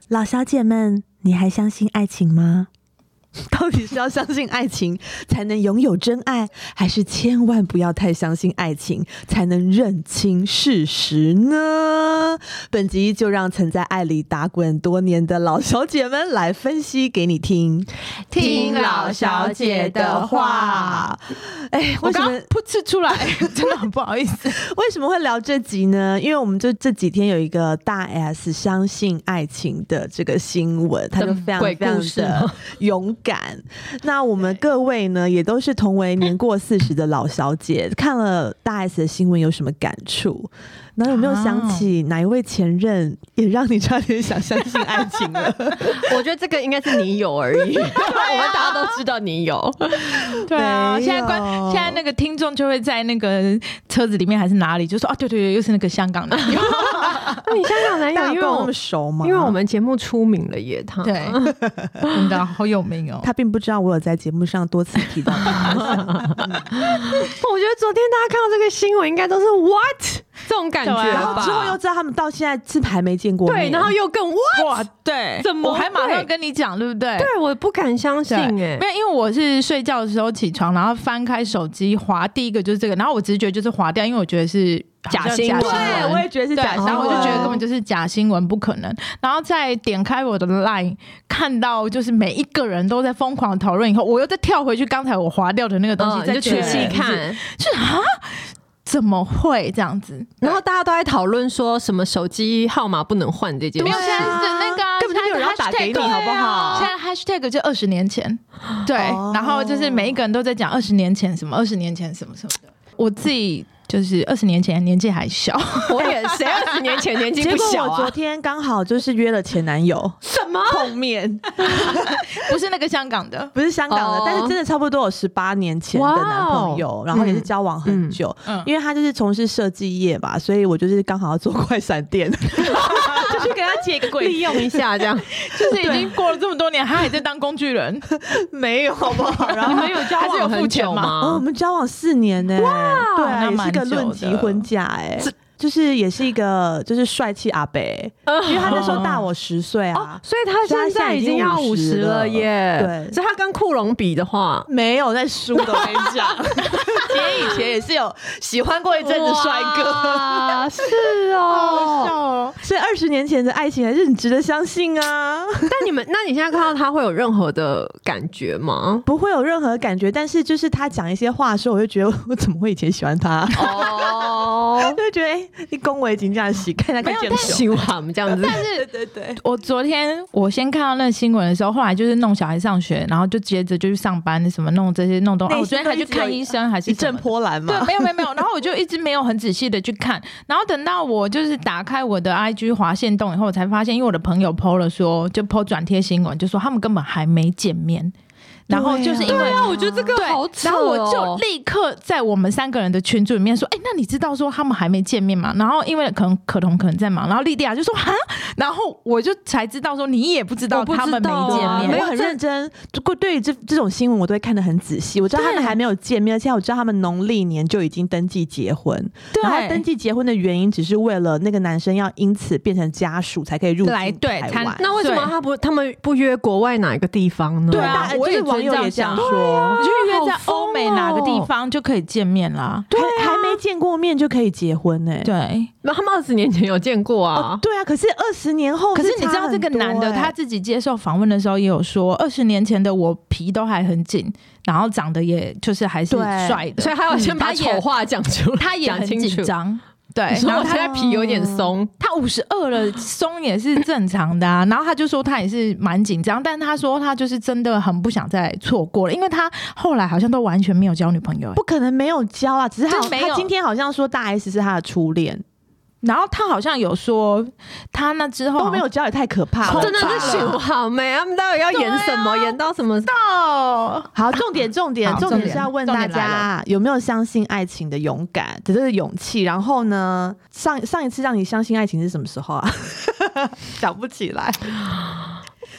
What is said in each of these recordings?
老小姐们，你还相信爱情吗？到底是要相信爱情才能拥有真爱，还是千万不要太相信爱情才能认清事实呢？本集就让曾在爱里打滚多年的老小姐们来分析给你听。 听老小姐的话。 为什么噗嗤出来？真的很不好意思。 为什么会聊这集呢？因为我们就这几天有一个大 S 相信爱情的这个新闻，他就非常非常的勇敢。那我们各位呢，也都是同为年过40的老小姐，看了大 S 的新闻有什么感触？然后有没有想起哪一位前任也让你差点想相信爱情了？ 我觉得这个应该是你有而已，我们大家都知道你有。 对啊，现在那个听众就会在那个车子里面还是哪里，就说啊，对对对，又是那个香港男友。 那你香港男友因为我那么熟吗？ 因为我们节目出名了耶，他对，真的好有名哦。 他并不知道我有在节目上多次提到他。 我觉得昨天大家看到这个新闻，应该都是 what 这种感觉吧。 然后之后又知道他们到现在是还没见过面， 对，然后又更 what 哇，对， 怎么我还马上跟你讲，对不对？ 对，我不敢相信没有，因为我是睡觉的时候起床，然后翻开手机滑，第一个就是这个，然后我直觉就是滑掉，因为我觉得是假新闻， 对，我也觉得是假新闻， 然后我就觉得根本就是假新闻，不可能。然后再点开我的 LINE， 看到就是每一个人都在疯狂讨论以后，我又再跳回去刚才我滑掉的那个东西，再仔细看， 就是啊。怎么会这样子？ 然后大家都在讨论说什么手机号码不能换这件事。 没有，现在是那个根本就有人要打给你，好不好？ 现在 hashtag 就20年前，对，然后就是每一个人都在讲20年前什么，20年前什么什么的。我自己就是20年前年纪还小， 我也谁20年前年纪不小啊？ 结果我昨天刚好就是约了前男友什么碰面， 不是那个香港的， 不是香港的，但是真的差不多有18年前的男朋友，然后也是交往很久，因为他就是从事设计业吧，所以我就是刚好要做快闪店，就去跟他借个柜子利用一下，这样就是已经过了这么多年，他还在当工具人， 没有好不好？然后你们有交往很久吗？ 我们交往4年呢，对啊，也是个论及婚嫁哎。就是也是一个就是帅气阿伯，因为他那时候大我10岁啊， 所以他现在已经要50了耶。 对， 所以他跟库龙比的话， 没有在输的，我跟你讲。姐以前也是有喜欢过一阵子帅哥， 是哦， 所以20年前的爱情还是很值得相信啊。 那你现在看到他会有任何的感觉吗？ 不会有任何感觉，但是就是他讲一些话的时候，我就觉得我怎么会以前喜欢他？就觉得你恭维金这样洗，看他看见喜欢我们这样子。 但是对， 我昨天我先看到那个新闻的时候，后来就是弄小孩上学，然后就接着就去上班，什么弄这些弄东西。我昨天还去看医生，还是一阵波澜嘛？ 对，没有。然后我就一直没有很仔细的去看，然后等到我就是打开我的 IG 滑线动以后，我才发现，因为我的朋友 PO 了说，就 PO 转贴新闻，就说他们根本还没见面。然后就是因为我觉得这个好扯然后我就立刻在我们3个人的群组里面说，那你知道说他们还没见面吗？然后因为可彤可能在忙，然后莉迪亚就说哈，然后我就才知道说你也不知道他们没见面， 没有很认真。对于这种新闻，我都会看得很仔细。我知道他们还没有见面，而且我知道他们农历年就已经登记结婚。然后登记结婚的原因只是为了那个男生要因此变成家属才可以入境台湾。 那为什么他们不约国外哪一个地方呢？ 对啊，我也网友也这样说，你就约在欧美哪个地方就可以见面啦。 对，还没见过面就可以结婚呢。 对， 那他们20年前有见过啊。 对啊，可是20年后， 可是你知道这个男的他自己接受访问的时候也有说，20年前的我皮都还很紧，然后长得也就是还是帅的， 所以他要先把丑话讲出来， 他也很紧张。对， 然后他现在皮有点松， 他52了，松也是正常的啊。然后他就说他也是蛮紧张，但他说他就是真的很不想再错过了，因为他后来好像都完全没有交女朋友。 不可能没有交啊，只是他今天好像说大 S 是他的初恋。 然后他好像有说，他那之后都没有交也太可怕了， 真的是秀好美。他们到底要演什么？演到什么？ 好，重点是要问大家有没有相信爱情的勇敢，这是勇气。然后呢，上一次让你相信爱情是什么时候啊？想不起来。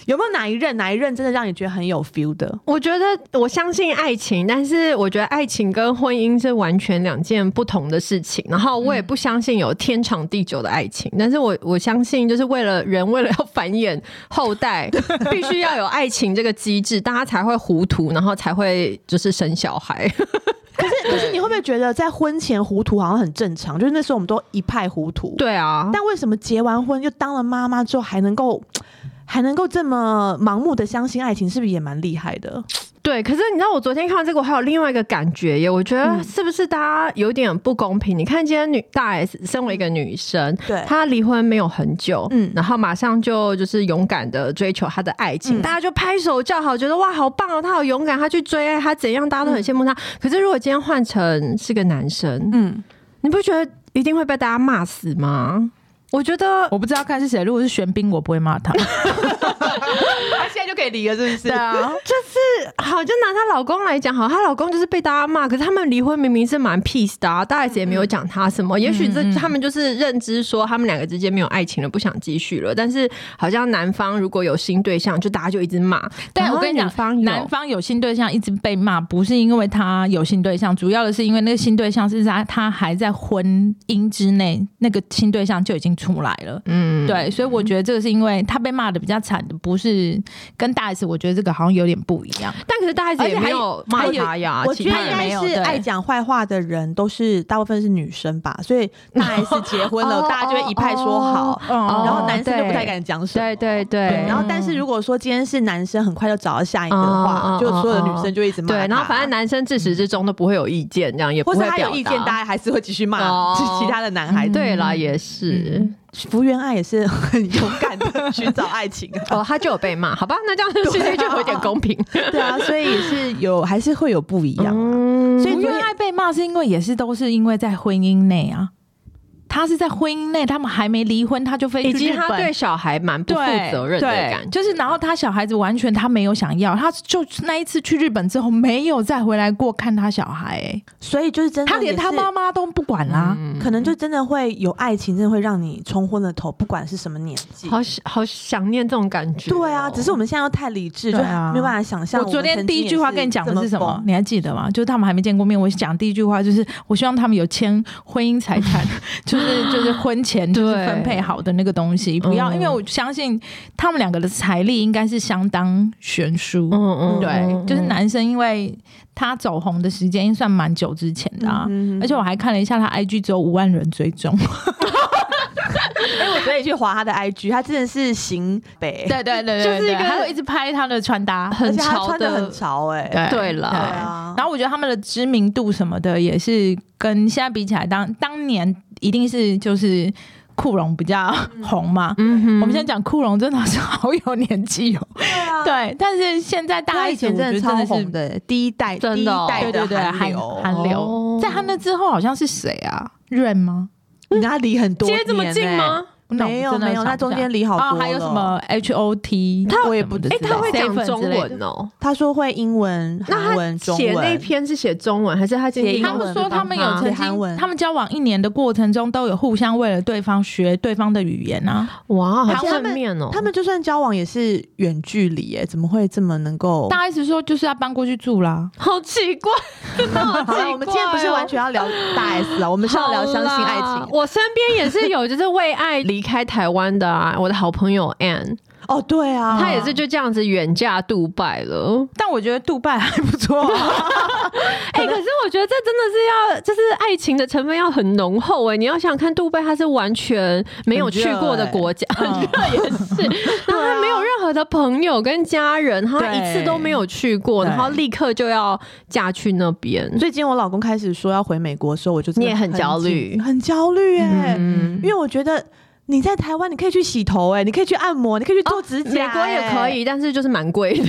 有没有哪一任真的让你觉得很有 feel 的？ 我觉得我相信爱情，但是我觉得爱情跟婚姻是完全2件不同的事情。然后我也不相信有天长地久的爱情，但是我相信就是为了要繁衍后代，必须要有爱情这个机制，大家才会糊涂，然后才会就是生小孩。 可是你会不会觉得在婚前糊涂好像很正常？就是那时候我们都一派糊涂。 对啊， 但为什么结完婚又当了妈妈之后还能够这么盲目的相信爱情，是不是也蛮厉害的？ 对，可是你知道我昨天看这个，我还有另外一个感觉耶。我觉得是不是大家有点不公平？你看今天大 S 身为一个女生， 对， 她离婚没有很久，然后马上就是勇敢的追求她的爱情，大家就拍手叫好，觉得哇好棒哦，她好勇敢，她去追爱，她怎样，大家都很羡慕她。可是如果今天换成是个男生，你不觉得一定会被大家骂死吗？我觉得我不知道看是谁，如果是玄彬，我不会骂他。 他现在就可以离了，是不是？ 对啊，就是好，就拿她老公来讲，好，她老公就是被大家骂，可是他们离婚明明是蛮 peace 的啊，大 S 也没有讲他什么，也许他们就是认知说他们2个之间没有爱情了，不想继续了，但是好像男方如果有新对象，就大家就一直骂。 但我跟你讲，男方有新对象一直被骂，不是因为他有新对象，主要的是因为那个新对象是他还在婚姻之内，那个新对象就已经出来了。对，所以我觉得这个是因为他被骂的比较惨的，不是跟大 S， 我觉得这个好像有点不一样。 但可是大 S 也没有骂他呀， 我觉得应该是爱讲坏话的人都是大部分是女生吧，所以大 S 结婚了，大家就会一派说好，然后男生就不太敢讲什么。 对。 然后但是如果说今天是男生很快就找到下一个的话，就所有的女生就一直骂他。 对，然后反正男生自始至终都不会有意见，这样也不会表达， 或是他有意见，大家还是会继续骂其他的男孩子。 对啦，也是。 福原爱也是很勇敢的寻找爱情哦，他就有被骂，好吧，那这样世界就有点公平。 对啊，所以也是还是会有不一样。 所以福原爱被骂是因为都是因为在婚姻内啊。他是在婚姻内，他们还没离婚，他就飞去日本， 以及他对小孩蛮不负责任的感觉， 就是然后他小孩子完全他没有想要，他就那一次去日本之后没有再回来过看他小孩， 所以就是真的他连他妈妈都不管啦， 可能就真的会有爱情，真的会让你冲昏了头，不管是什么年纪， 好想念这种感觉。 对啊，只是我们现在又太理智，就没有办法想象。 我昨天第一句话跟你讲的是什么？你还记得吗？就是他们还没见过面，我讲第一句话就是我希望他们有签婚姻财产，就是婚前就是分配好的那个东西，不要，因为我相信他们2个的财力应该是相当悬殊。对，就是男生因为他走红的时间算蛮久之前的啊，而且我还看了一下他 IG 只有5万人追踪。 因为我昨天去滑他的 IG， 他真的是型北， 对，就是还有一直拍他的穿搭， 很潮的， 穿得很潮对了。 然后我觉得他们的知名度什么的也是跟现在比起来，当年一定是就是酷荣比较红嘛。我们现在讲酷荣真的是好有年纪哦。对，但是现在大家以前真的超红的，第一代的韩流，在他那之后好像是谁啊？Rain 吗？ 你跟他离很多年， 接这么近吗？ 没有，那中间离好多了。 还有什么 HOT， 我也不知道。 他会讲中文哦， 他说会英文、韩文、中文。 写那篇是写中文还是他写英文？ 他们说他们有曾经，他们交往1年的过程中都有互相为了对方学对方的语言啊。 哇，好正面哦！ 他们就算交往也是远距离耶，怎么会这么能够？ 大 S 说就是要搬过去住啦， 好奇怪，真的好奇怪。 好了，我们今天不是完全要聊大 S 啊，我们是要聊相信爱情。 我身边也是有就是为爱离开台湾的啊，我的好朋友 Ann。 哦，对啊， 他也是就这样子远嫁杜拜了， 但我觉得杜拜还不错。 可是我觉得这真的是要，就是爱情的成分要很浓厚你要想想看，杜拜它是完全没有去过的国家，很热也是，然后他没有任何的朋友跟家人，他一次都没有去过，然后立刻就要嫁去那边。 最近我老公开始说要回美国的时候，我就你也很焦虑， 很焦虑因为我觉得。你在台湾，你可以去洗头你可以去按摩，你可以去做指甲美国也可以，但是就是蛮贵的。对啊，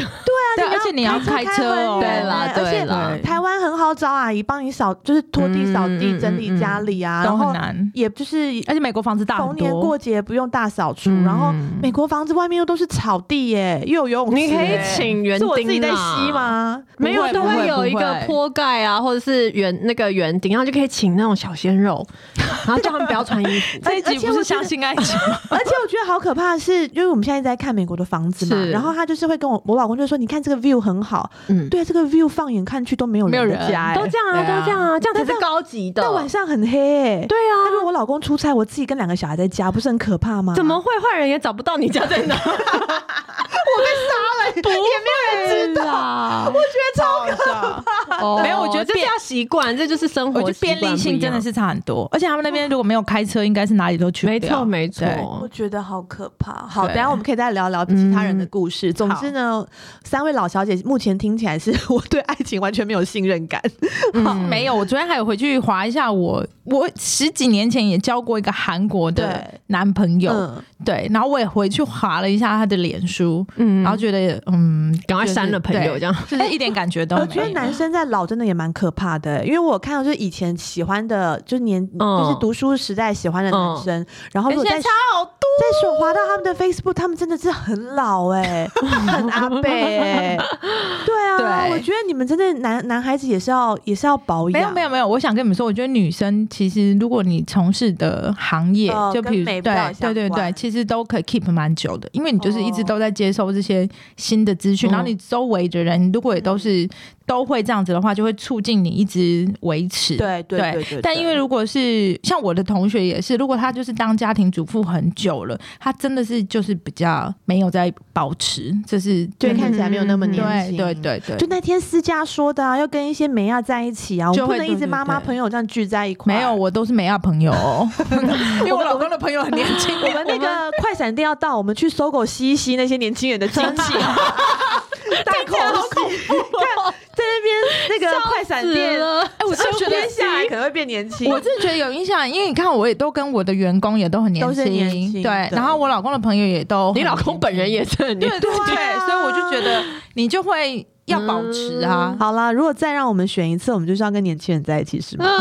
对，而且你要开车哦， 对啦， 而且台湾很好找阿姨帮你扫，就是拖地、扫地、整理家里啊， 都很难， 也就是， 而且美国房子大很多， 逢年过节不用大扫除，然后美国房子外面又都是草地耶，又有游泳池， 你可以请园丁， 是我自己在吸吗？ 没有，都会有一个坡盖啊，或者是那个园丁，然后就可以请那种小鲜肉，然后叫他们不要穿衣服。 这一集不是相信爱情吗？ 而且我觉得好可怕的是，因为我们现在在看美国的房子嘛，然后他就是会跟我老公就说，你看这个 view 很好，对，这个 view 放眼看去都没有人的家， 都这样啊，都这样啊，这样才是高级的。 但晚上很黑， 对啊。 但是我老公出差，我自己跟2个小孩在家，不是很可怕吗？ 怎么会坏人也找不到你家在哪？ 我被杀了，也没有人知道。我觉得超可怕。 没有，我觉得这是要习惯，这就是生活。 我觉得便利性真的是差很多，而且他们那边如果没有开车，应该是哪里都去不了。 没错。 我觉得好可怕。好，等一下我们可以再聊聊其他人的故事。总之呢，3位老小姐目前听起来是我对爱情完全没有信任感。 没有，我昨天还有回去滑一下我10几年前也交过一个韩国的男朋友，对，然后我也回去滑了一下他的脸书，然后觉得赶快删了朋友，这样就是一点感觉都没有。 我觉得男生在老真的也蛮可怕的，因为我看到就是以前喜欢的，就是就是读书时代喜欢的男生，然后现在差好多， 在手滑到他们的 Facebook， 他们真的是很老很阿伯对啊，我觉得你们真的男孩子也是要保养。 没有，我想跟你们说，我觉得女生其实如果你从事的行业，就比如对，其实都可以 keep 蛮久的，因为你就是一直都在接受这些新的资讯，然后你周围的人如果也都会这样子的话，就会促进你一直维持。对。但因为如果是像我的同学也是，如果他就是当家庭主妇很久了，他真的是就是比较没有在保持，就是对看起来没有那么年轻。 对。 就那天私家说的要跟一些美亚在一起啊，我不能一直妈妈朋友这样聚在一块。 没有，我都是美亚朋友因为我老公的朋友很年轻。 我们那个快闪店要到，我们去搜狗吸一吸那些年轻人的精气。大口吸，看在那边那个快闪店，我真的觉得下来可能会变年轻。 我真的觉得有影响，因为你看，我也都跟我的员工也都很年轻，对。然后我老公的朋友也都， 你老公本人也是很年轻， 对，所以我就觉得你就会要保持啊。 好啦，如果再让我们选一次，我们就是要跟年轻人在一起，是吗？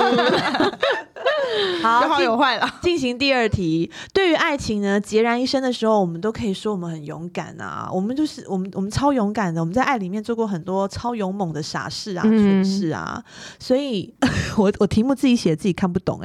好， 有好有坏了。 进行第2题。对于爱情呢，孑然一身的时候，我们都可以说我们很勇敢啊，我们就是我们超勇敢的，我们在爱里面做过很多超勇猛的傻事啊、蠢事啊，所以我题目自己写自己看不懂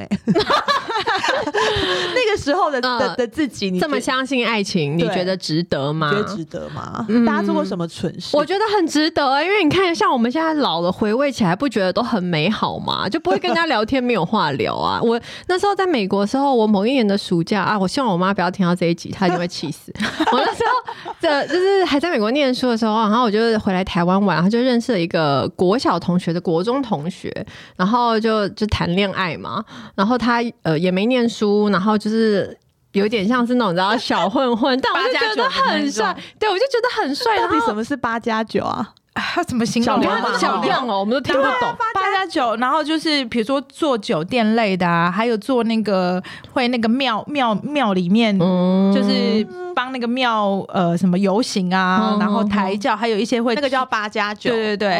那个时候的自己，你这么相信爱情，你觉得值得吗？ 觉得值得吗？大家做过什么蠢事？ 我觉得很值得因为你看，像我们现在老了，回味起来不觉得都很美好吗？就不会跟人家聊天没有话聊啊。我那时候在美国的时候，我某一年的暑假啊，我希望我妈不要听到这一集，她就会气死。我那时候就是还在美国念书的时候，然后我就回来台湾玩，然后就认识了一个国小同学的国中同学，然后就谈恋爱嘛，然后他也没念书，然后就是有点像是那种你知道小混混，但我就觉得很帅，对，我就觉得很帅。 到底什么是8+9啊？ 他怎么形容？ 小样我们都听不懂。 8+9，然后就是比如说做酒店类的啊，还有做那个会那个庙里面，就是帮那个庙什么游行啊，然后抬轿，还有一些会那个叫8+9， 对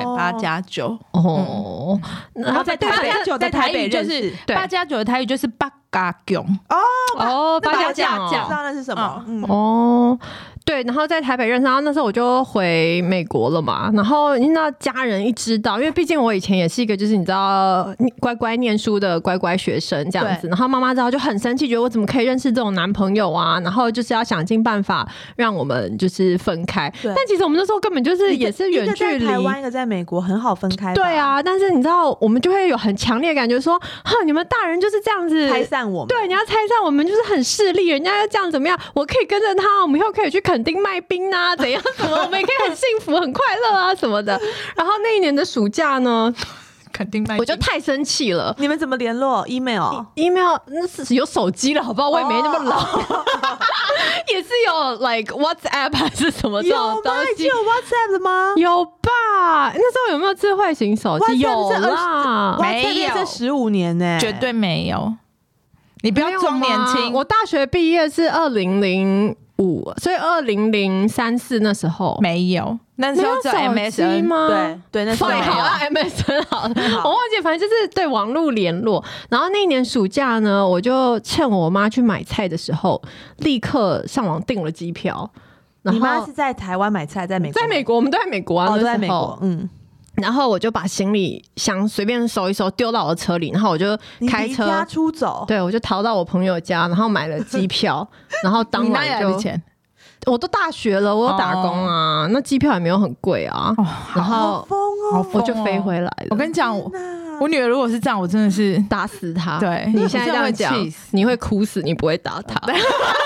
8+9 哦。 然后在8+9的台语就是8+9的台语就是八嘎囧哦，8+9 知道那是什么？ 哦。对，然后在台北认识，然后那时候我就回美国了嘛，然后你知道家人一知道，因为毕竟我以前也是一个就是你知道乖乖念书的乖乖学生这样子，然后妈妈知道就很生气，觉得我怎么可以认识这种男朋友啊，然后就是要想尽办法让我们就是分开。但其实我们那时候根本就是也是远距离， 一个在台湾一个在美国很好分开。 对啊，但是你知道我们就会有很强烈的感觉说，你们大人就是这样子拆散我们， 对，你要拆散我们就是很势利，人家要这样怎么样，我可以跟着他，我们以后可以去垦丁卖冰啊，怎样什么，我们也可以很幸福很快乐啊什么的。然后那一年的暑假呢， 肯定卖， 我就太生气了。 你们怎么联络 ？email 那是有手机了，好不好？我也没那么老，也是有 like WhatsApp 还是什么这种东西？ 有 WhatsApp 的吗？ 有吧？那时候有没有智慧型手机？有啦， 没有，这15年呢， 绝对没有。你不要装年轻， 我大学毕业是2005，所以2003、4那时候没有。 那时候叫 MSN 吗？ 对，那时候好了 MSN 好了，我忘记，反正就是对网络联络。然后那一年暑假呢，我就趁我妈去买菜的时候，立刻上网订了机票。 你妈是在台湾买菜，在美国？ 在美国，我们都在美国啊， 都在美国。 然后我就把行李箱随便收一收，丢到我的车里，然后我就开车离家出走。 对，我就逃到我朋友家，然后买了机票，然后当晚就钱。 我都大学了，我有打工啊，那机票也没有很贵啊，然后我就飞回来了。 我跟你讲，我女儿如果是这样，我真的是打死她。 对， 你现在这样讲，你会哭死，你不会打她。我妈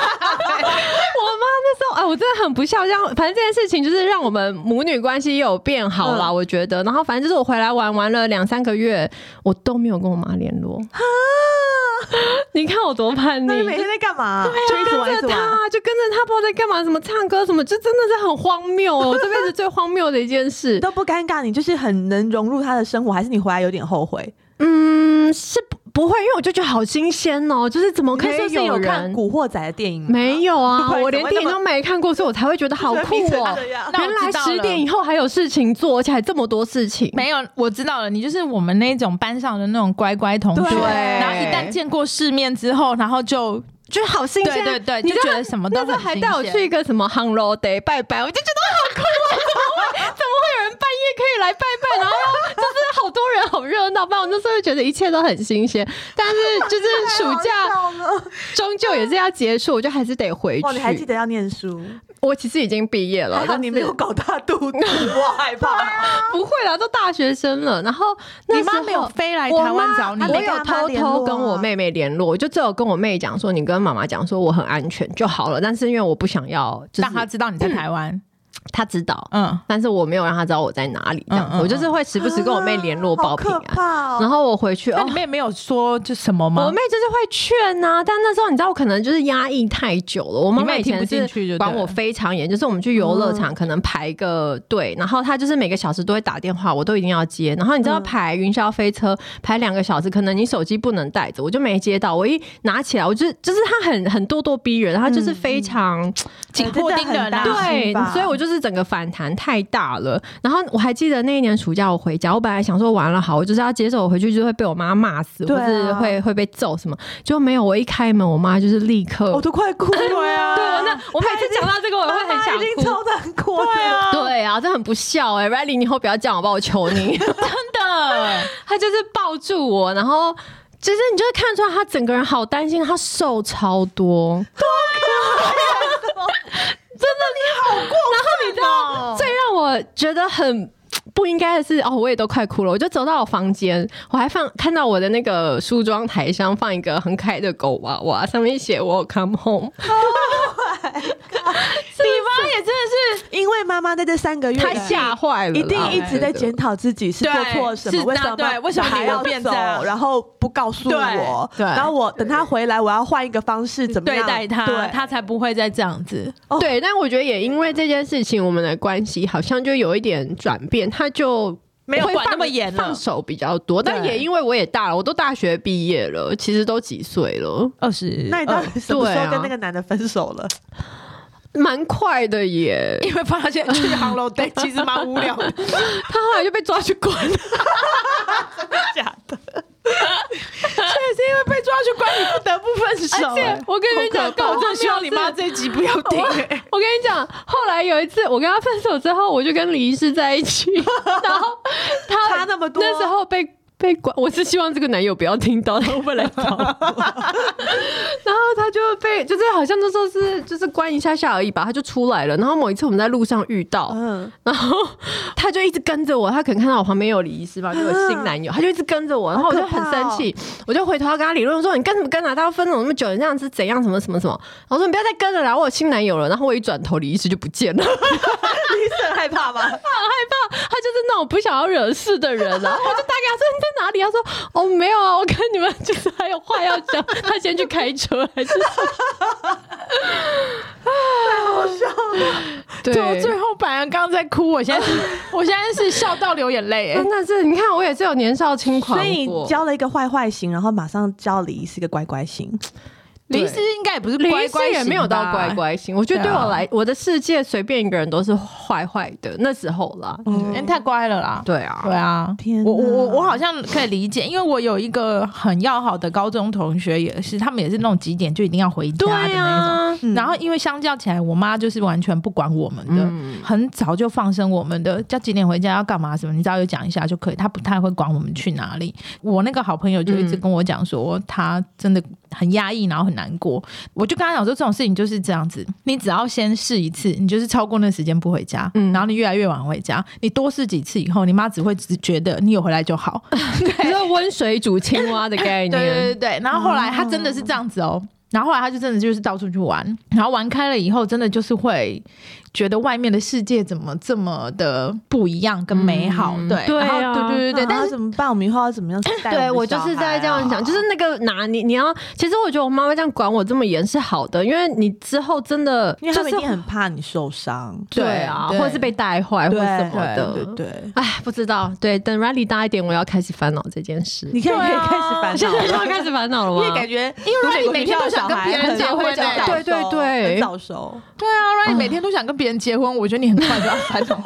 那时候，我真的很不孝，这样，反正这件事情就是让我们母女关系有变好啦，我觉得。然后反正就是我回来玩了2-3个月，我都没有跟我妈联络。你看我多叛逆！ 那你每天在干嘛？ 对啊，就跟着他，不知道在干嘛，什么唱歌什么，就真的是很荒谬哦！我这辈子最荒谬的一件事都不尴尬，你就是很能融入他的生活，还是你回来有点后悔？ 是不会，因为我就觉得好新鲜哦，就是怎么可以有人看《古惑仔》的电影？ 没有啊，我连电影都没看过，所以我才会觉得好酷哦！原来10点以后还有事情做，而且还这么多事情。 没有，我知道了，你就是我们那种班上的那种乖乖同学，然后一旦见过世面之后，然后就好新鲜， 对，就觉得什么都很新鲜。 那时候还带我去一个什么 Hello Day 拜拜，我就觉得好酷啊！怎么会有人半夜可以来拜拜，然后就是好多人，好热闹。不然我那时候就觉得一切都很新鲜，但是就是暑假终究也是要结束，我就还是得回去。 你还记得要念书？ 我其实已经毕业了， 但你没有搞大肚子，我害怕。 不会啦，都大学生了。然后你妈没有飞来台湾找你？ 我有偷偷跟我妹妹联络，我就只有跟我妹讲说，你跟妈妈讲说我很安全就好了。但是因为我不想要，就是让她知道你在台湾。 他知道，但是我没有让他知道我在哪里，这样子，我就是会时不时跟我妹联络报平安。然后我回去， 那你妹没有说就什么吗？ 我妹就是会劝啊，但那时候你知道，我可能就是压抑太久了。我妈妈以前是管我非常严，就是我们去游乐场可能排个队，然后她就是每个小时都会打电话，我都一定要接。然后你知道排云霄飞车排2个小时，可能你手机不能带着，我就没接到。我一拿起来，我就是她很咄咄逼人，她就是非常紧迫盯人， 对，所以我就是整个反弹太大了。然后我还记得那一年暑假我回家，我本来想说完了好，我就是要接受我回去就会被我妈骂死，或是会被揍什么，结果没有。我一开门，我妈就是立刻， 我都快哭了呀！ 对，我每次讲到这个，我会很想哭， 已经超难过。 对啊，这很不孝Riley， 你以后不要这样好不好？我求你，真的。她就是抱住我，然后其实你就会看出来，她整个人好担心，她瘦超多。真的你好过分。然后你知道最让我觉得很不应该的是我也都快哭了。我就走到我房间，我还看到我的那个梳妆台上放一个很可爱的狗娃娃，上面写我 come home。 你妈也真的是因为妈妈在这3个月太吓坏了， 一定一直在检讨自己是做错什么，为什么还要变走，然后不告诉我，然后我等他回来，我要换一个方式怎么样对待他，他才不会再这样子。 对，但我觉得也因为这件事情，我们的关系好像就有一点转变，他就没有管那么严了， 放手比较多。但也因为我也大了，我都大学毕业了，其实都几岁了 ，20。 那你到底什么时候跟那个男的分手了？ 蛮快的耶， 因为发现去航楼 day 其实蛮无聊的， 他后来就被抓去关了。 真的假的？ 所以是因为被抓去关，你不得不分手。 而且我跟你讲， 我真的希望你妈这一集不要听。 我跟你讲，后来有一次我跟他分手之后，我就跟李医师在一起，然后他差那么多， 那时候被关，我是希望这个男友不要听到，他会不会来找我？然后他就就是好像那时候就是关一下下而已吧，他就出来了。然后某一次我们在路上遇到，然后他就一直跟着我，他可能看到我旁边有李医师吧，就有新男友，他就一直跟着我，然后我就很生气，我就回头要跟他理论说：“你跟什么跟啊？他要分手那么久，你这样是怎样？什么什么什么？”然后说：“你不要再跟了啦，我有新男友了。”然后我一转头，李医师就不见了。李医师很害怕吗？ 他很害怕，他就是那种不想要惹事的人啊。我就打给他说：“你在哪里？”他说：“哦，没有啊，我跟你们就是还有话要讲。”他先去开车还是？ 太好笑了。 对，我最后本来刚刚在哭，我现在是笑到流眼泪。 真的是，你看我也是有年少轻狂过， 所以你教了一个坏型，然后马上教李医师一个乖型。 离失应该也不是乖乖型吧， 也没有到乖乖型。我觉得对我来，我的世界随便一个人都是坏坏的。那时候啦， 太乖了啦。 对啊， 对啊，我好像可以理解，因为我有一个很要好的高中同学，也是他们也是那种几点就一定要回家的那种。然后因为相较起来，我妈就是完全不管我们的，很早就放生我们的，叫几点回家要干嘛什么，你只要有讲一下就可以，她不太会管我们去哪里。我那个好朋友就一直跟我讲说，他真的很压抑，然后很难过。我就跟他讲说，这种事情就是这样子，你只要先试一次，你就是超过那时间不回家，然后你越来越晚回家，你多试几次以后，你妈只会觉得你有回来就好。 就是温水煮青蛙的概念。 对。然后后来他真的是这样子哦。然后后来他就真的就是到处去玩，然后玩开了以后，真的就是会觉得外面的世界怎么这么的不一样跟美好。对对， 但是怎么办？我们以后要怎么样带？ 对，我就是在这样讲，就是那个拿你要，其实我觉得我妈妈这样管我这么严是好的，因为你之后真的， 因为他们一定很怕你受伤， 对啊，或者是被带坏或什么的， 对。 哎，不知道，对，等 Riley 大一点，我要开始烦恼这件事。 你可以开始烦恼， 现在就要开始烦恼了吗？ 因为感觉， 因为 Riley 每天都想跟别人结婚， 对， 很早熟。 对啊，Riley 每天都想跟别人结婚，我觉得你很快就要烦恼。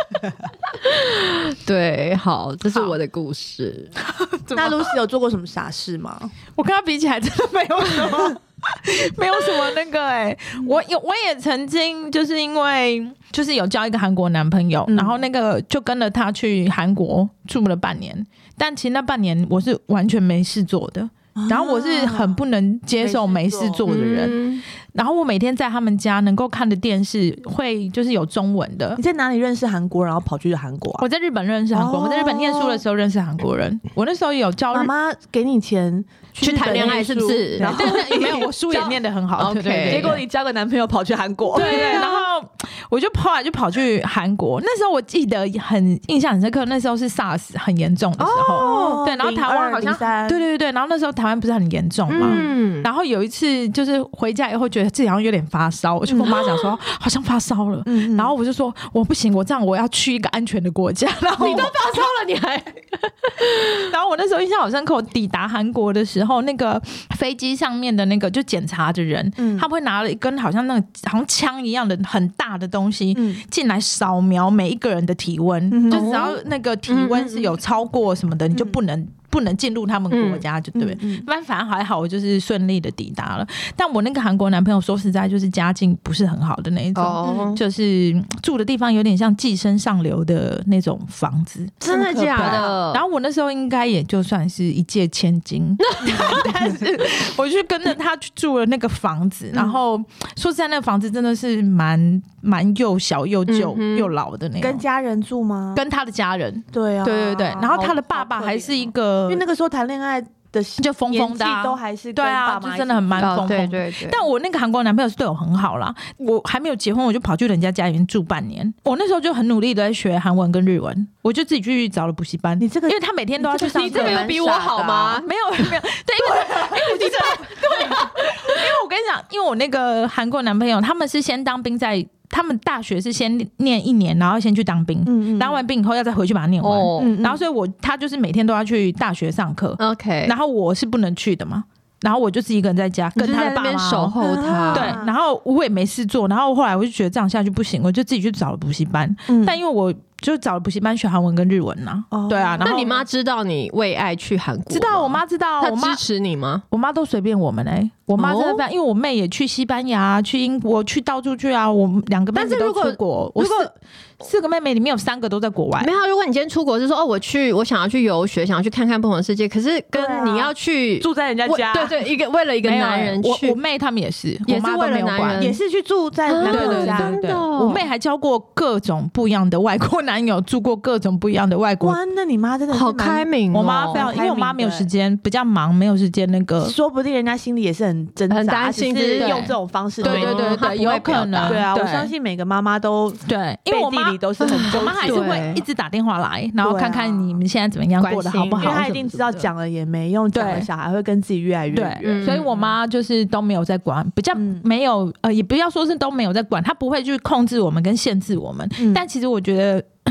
对，好，这是我的故事。 那 Lucy 有做过什么傻事吗？ 我跟他比起来，真的没有什么。没有什么那个我也曾经就是因为就是有交一个韩国男朋友，然后那个就跟了他去韩国住了半年，但其实那半年我是完全没事做的，然后我是很不能接受没事做的人，然后我每天在他们家能够看的电视会就是有中文的。 你在哪里认识韩国人然后跑去韩国啊？ 我在日本认识韩国人，我在日本念书的时候认识韩国人。我那时候有教妈妈给你钱去谈恋爱是不是？ 然后没有，我书也念得很好。 对， 结果你交个男朋友跑去韩国。 对，然后我就后来就跑去韩国。那时候我记得印象很深刻，那时候是 SARS 很严重的时候。对，然后台湾好像对，然后那时候台湾不是很严重嘛。然后有一次就是回家以后觉得自己好像有点发烧，我就跟我妈讲说好像发烧了。然后我就说我不行，我这样我要去一个安全的国家。然后你都发烧了，你还然后我那时候印象好深刻，我抵达韩国的时候，那个飞机上面的那个就检查的人，他会拿了一根好像枪一样的很大的东西进来扫描每一个人的体温，就只要那个体温是有超过什么的，你就不能进入他们国家，就对。反正还好，我就是顺利的抵达了。但我那个韩国男朋友说实在就是家境不是很好的那一种，就是住的地方有点像寄生上流的那种房子。 真的假的？ 然后我那时候应该也就算是一介千金，但是我去跟着他去住了那个房子，然后说实在那个房子真的是蛮又小又旧又老的那种。 跟家人住吗？ 跟他的家人。 对啊， 对。然后他的爸爸还是一个， 因为那个时候谈恋爱的就疯疯的都还是对啊，就真的很蛮疯疯。 对。 但我那个韩国男朋友是对我很好啦，我还没有结婚我就跑去人家家里面住半年。我那时候就很努力的在学韩文跟日文，我就自己去找了补习班。 你这个， 因为他每天都要去上课。 你这个有比我好吗？ 没有，对，因为我跟你讲，因为我那个韩国男朋友他们是先当兵在。他们大学是先念1年，然后先去当兵，当完兵以后要再回去把它念完。然后所以他就是每天都要去大学上课。 OK， 然后我是不能去的嘛。然后我就自己一个人在家跟他的爸妈守候他。 对，然后我也没事做，然后后来我就觉得这样下去不行，我就自己去找了补习班。但因为我就找了补习班学韩文跟日文呐。对啊，然后那你妈知道你为爱去韩国？ 知道，我妈知道。 她支持你吗？ 我妈都随便我们我妈真的非常，因为我妹也去西班牙、去英国、去到处去啊。我们2个妹妹都出国。如果4个妹妹里面有3个都在国外。 没有，如果你今天出国是说我想要去游学，想要去看看不同的世界，可是跟你要去住在人家家， 对，为了一个男人去。 我妹他们也是为了男人， 也是去住在男人家。 真的， 我妹还交过各种不一样的外国男友，住过各种不一样的外国。 哇，那你妈真的是好开明。 我妈非常，因为我妈没有时间，比较忙，没有时间那个。 说不定人家心里也是很挣扎， 很担心， 是用这种方式。 对，有可能。 对啊，我相信每个妈妈都对，因为我妈里都是很纠结， 我妈还是会一直打电话来，然后看看你们现在怎么样，过得好不好。 因为她一定知道讲了也没用，讲了小孩会跟自己越来越远。 所以我妈就是都没有在管，比较没有也不要说是都没有在管，她不会去控制我们跟限制我们。但其实我觉得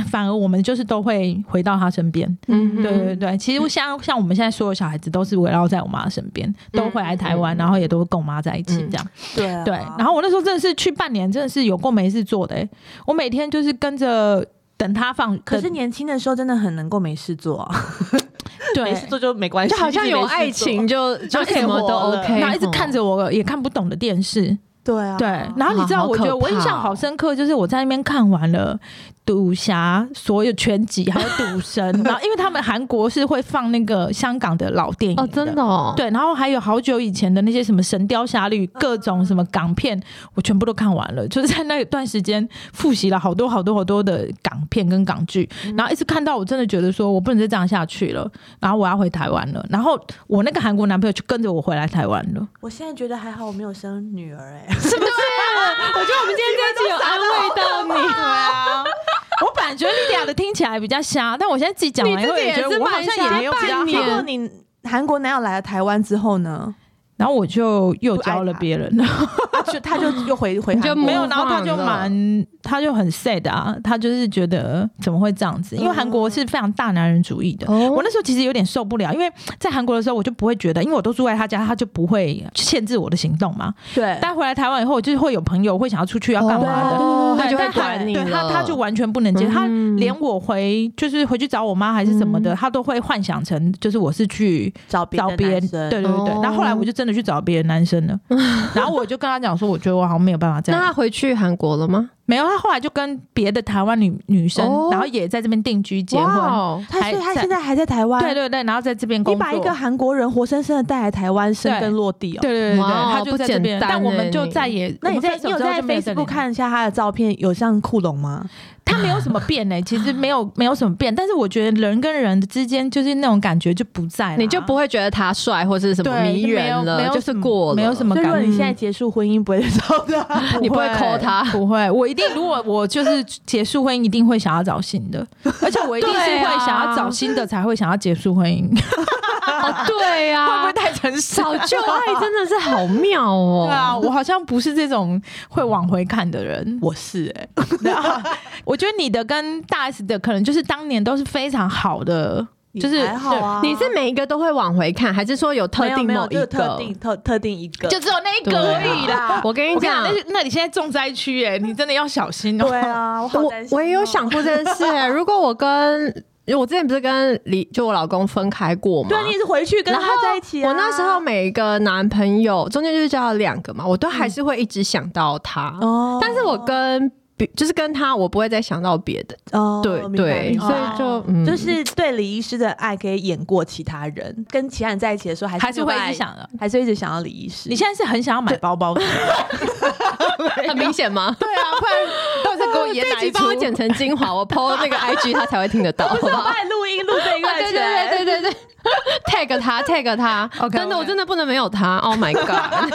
反而我们就是都会回到他身边。对对对，其实像我们现在所有小孩子都是围绕在我妈身边，都回来台湾，然后也都跟我妈在一起这样。 对啊， 对。然后我那时候真的是去半年，真的是有够没事做的我每天就是跟着等他放。 可是年轻的时候真的很能够没事做啊。 对， 没事做就没关系， 就好像有爱情就什么都 OK， 然后一直看着我也看不懂的电视。 对啊， 对，然后你知道，我觉得我印象好深刻，就是我在那边看完了赌侠所有全集，还有赌神，然后因为他们韩国是会放那个香港的老电影的真的对，然后还有好久以前的那些什么神雕侠侣，各种什么港片，我全部都看完了，就是在那段时间复习了好多的港片跟港剧，然后一直看到我真的觉得说我不能再这样下去了，然后我要回台湾了，然后我那个韩国男朋友就跟着我回来台湾了。 我现在觉得还好我没有生女儿是不是我觉得我们今天这一集有安慰到你。 对啊，我本来觉得莉莉亚的听起来比较瞎，但我现在自己讲完以后也觉得我好像也没有比较。 结果你韩国男友来了台湾之后呢？ 然后我就又交了别人了， 他就又回韩国没有，然后他就很 sad 啊，他就是觉得怎么会这样子？因为韩国是非常大男人主义的。我那时候其实有点受不了，因为在韩国的时候我就不会觉得，因为我都住在他家，他就不会限制我的行动嘛。 对。 但回来台湾以后，就是会有朋友会想要出去要干嘛的， 他就会管你了。 他就完全不能接，他连我回去找我妈还是什么的，他都会幻想成就是我是去找别人。 对对对。然后后来我就真的去找别的男生了，然后我就跟他讲说，我觉得我好像没有办法这样。 那他回去韩国了吗？ 没有，他后来就跟别的台湾女生，然后也在这边定居结婚。 所以他现在还在台湾。 对对对，然后在这边工作。 你把一个韩国人活生生的带来台湾，生根落地哦。 对对对对，他就在这边。但我们就再也…… 那你有在 Facebook 看一下他的照片，有像酷龙吗？ 他没有什么变其实没有什么变，但是我觉得人跟人之间就是那种感觉就不在了， 你就不会觉得他帅或是什么迷人了，就是过了， 没有什么感觉。 所以如果你现在结束婚姻，不会找他， 你不会 call 他， 不会。我一定，如果我就是结束婚姻，一定会想要找新的，而且我一定是会想要找新的，才会想要结束婚姻。 对呀， 会不会太成熟？ 早就爱真的是好妙哦。 对啊，我好像不是这种会往回看的人， 我是我觉得你的跟大 S 的可能就是当年都是非常好的，就是还好啊。 你是每一个都会往回看，还是说有特定某一个？ 特定一个， 就只有那一个而已啦。 我跟你讲， 那你现在重灾区你真的要小心哦。 对啊，我好担心。 我也有想过这件事如果因为我之前不是跟就我老公分开过嘛？ 对，你是回去跟他在一起我那时候每一个男朋友中间就是交了2个嘛，我都还是会一直想到他。但是我就是跟他，我不会再想到别的。对对，所以就是对李医师的爱可以演过其他人，跟其他人在一起的时候还是会一直想的，还是一直想到李医师。 你现在是很想要买包包的， 很明显吗？ 对啊，不然到时候给我演哪一出？ 帮我剪成精华，我 po 那个 IG 他才会听得到。 我帮你录音录这一段起来，对，tag 他，真的我真的不能没有他。Oh my god！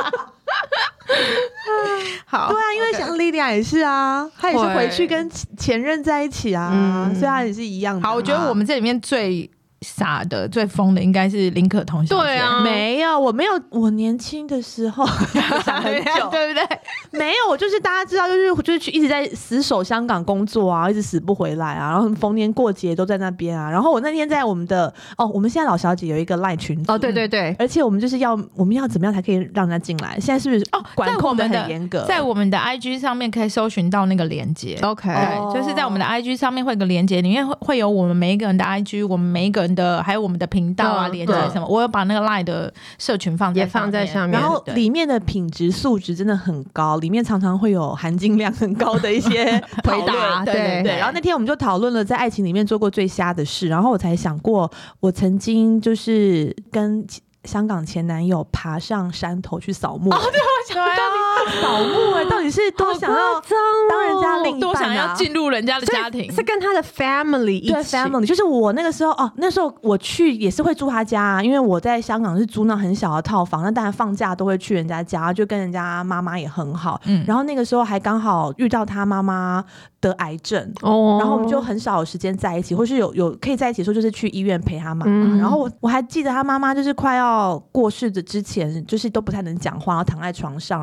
好， 对啊，因为像莉莉娅也是啊，她也是回去跟前任在一起啊，所以她也是一样的。 好，我觉得我们这里面最傻的、最疯的应该是林可彤小姐。 对啊， 没有，我没有，我年轻的时候想很久， 对不对？ 没有，我就是大家知道，就是去一直在死守香港工作啊，一直死不回来啊，然后逢年过节都在那边啊。然后我那天在我们现在老小姐有一个赖群组对对对， 而且我们要怎么样才可以让人家进来？现在是不是管控的很严格？ 在我们的 IG 上面可以搜寻到那个连结 ，OK， 就是在我们的 IG 上面会有个连结，里面会有我们每一个人的 IG， 我们每一个人的还有我们的频道啊连结什么，我有把那个 LINE 的社群放在上面， 然后里面的品质素质真的很高，里面常常会有含金量很高的一些回答，对。 然后那天我们就讨论了在爱情里面做过最瞎的事，然后我才想过，我曾经就是跟香港前男友爬上山头去扫墓。 对，我想到你扫墓到底是多想要当人家另一半多想要进入人家的家庭， 是跟他的 family 一起。 对 family， 就是我那个时候我去也是会住他家因为我在香港是租那很小的套房，那当然放假都会去人家家，就跟人家妈妈也很好。然后那个时候还刚好遇到他妈妈得癌症，然后我们就很少有时间在一起，或是有可以在一起的时候，就是去医院陪他妈妈。然后我还记得他妈妈就是快要过世的之前，就是都不太能讲话，然后躺在床上，然后他还一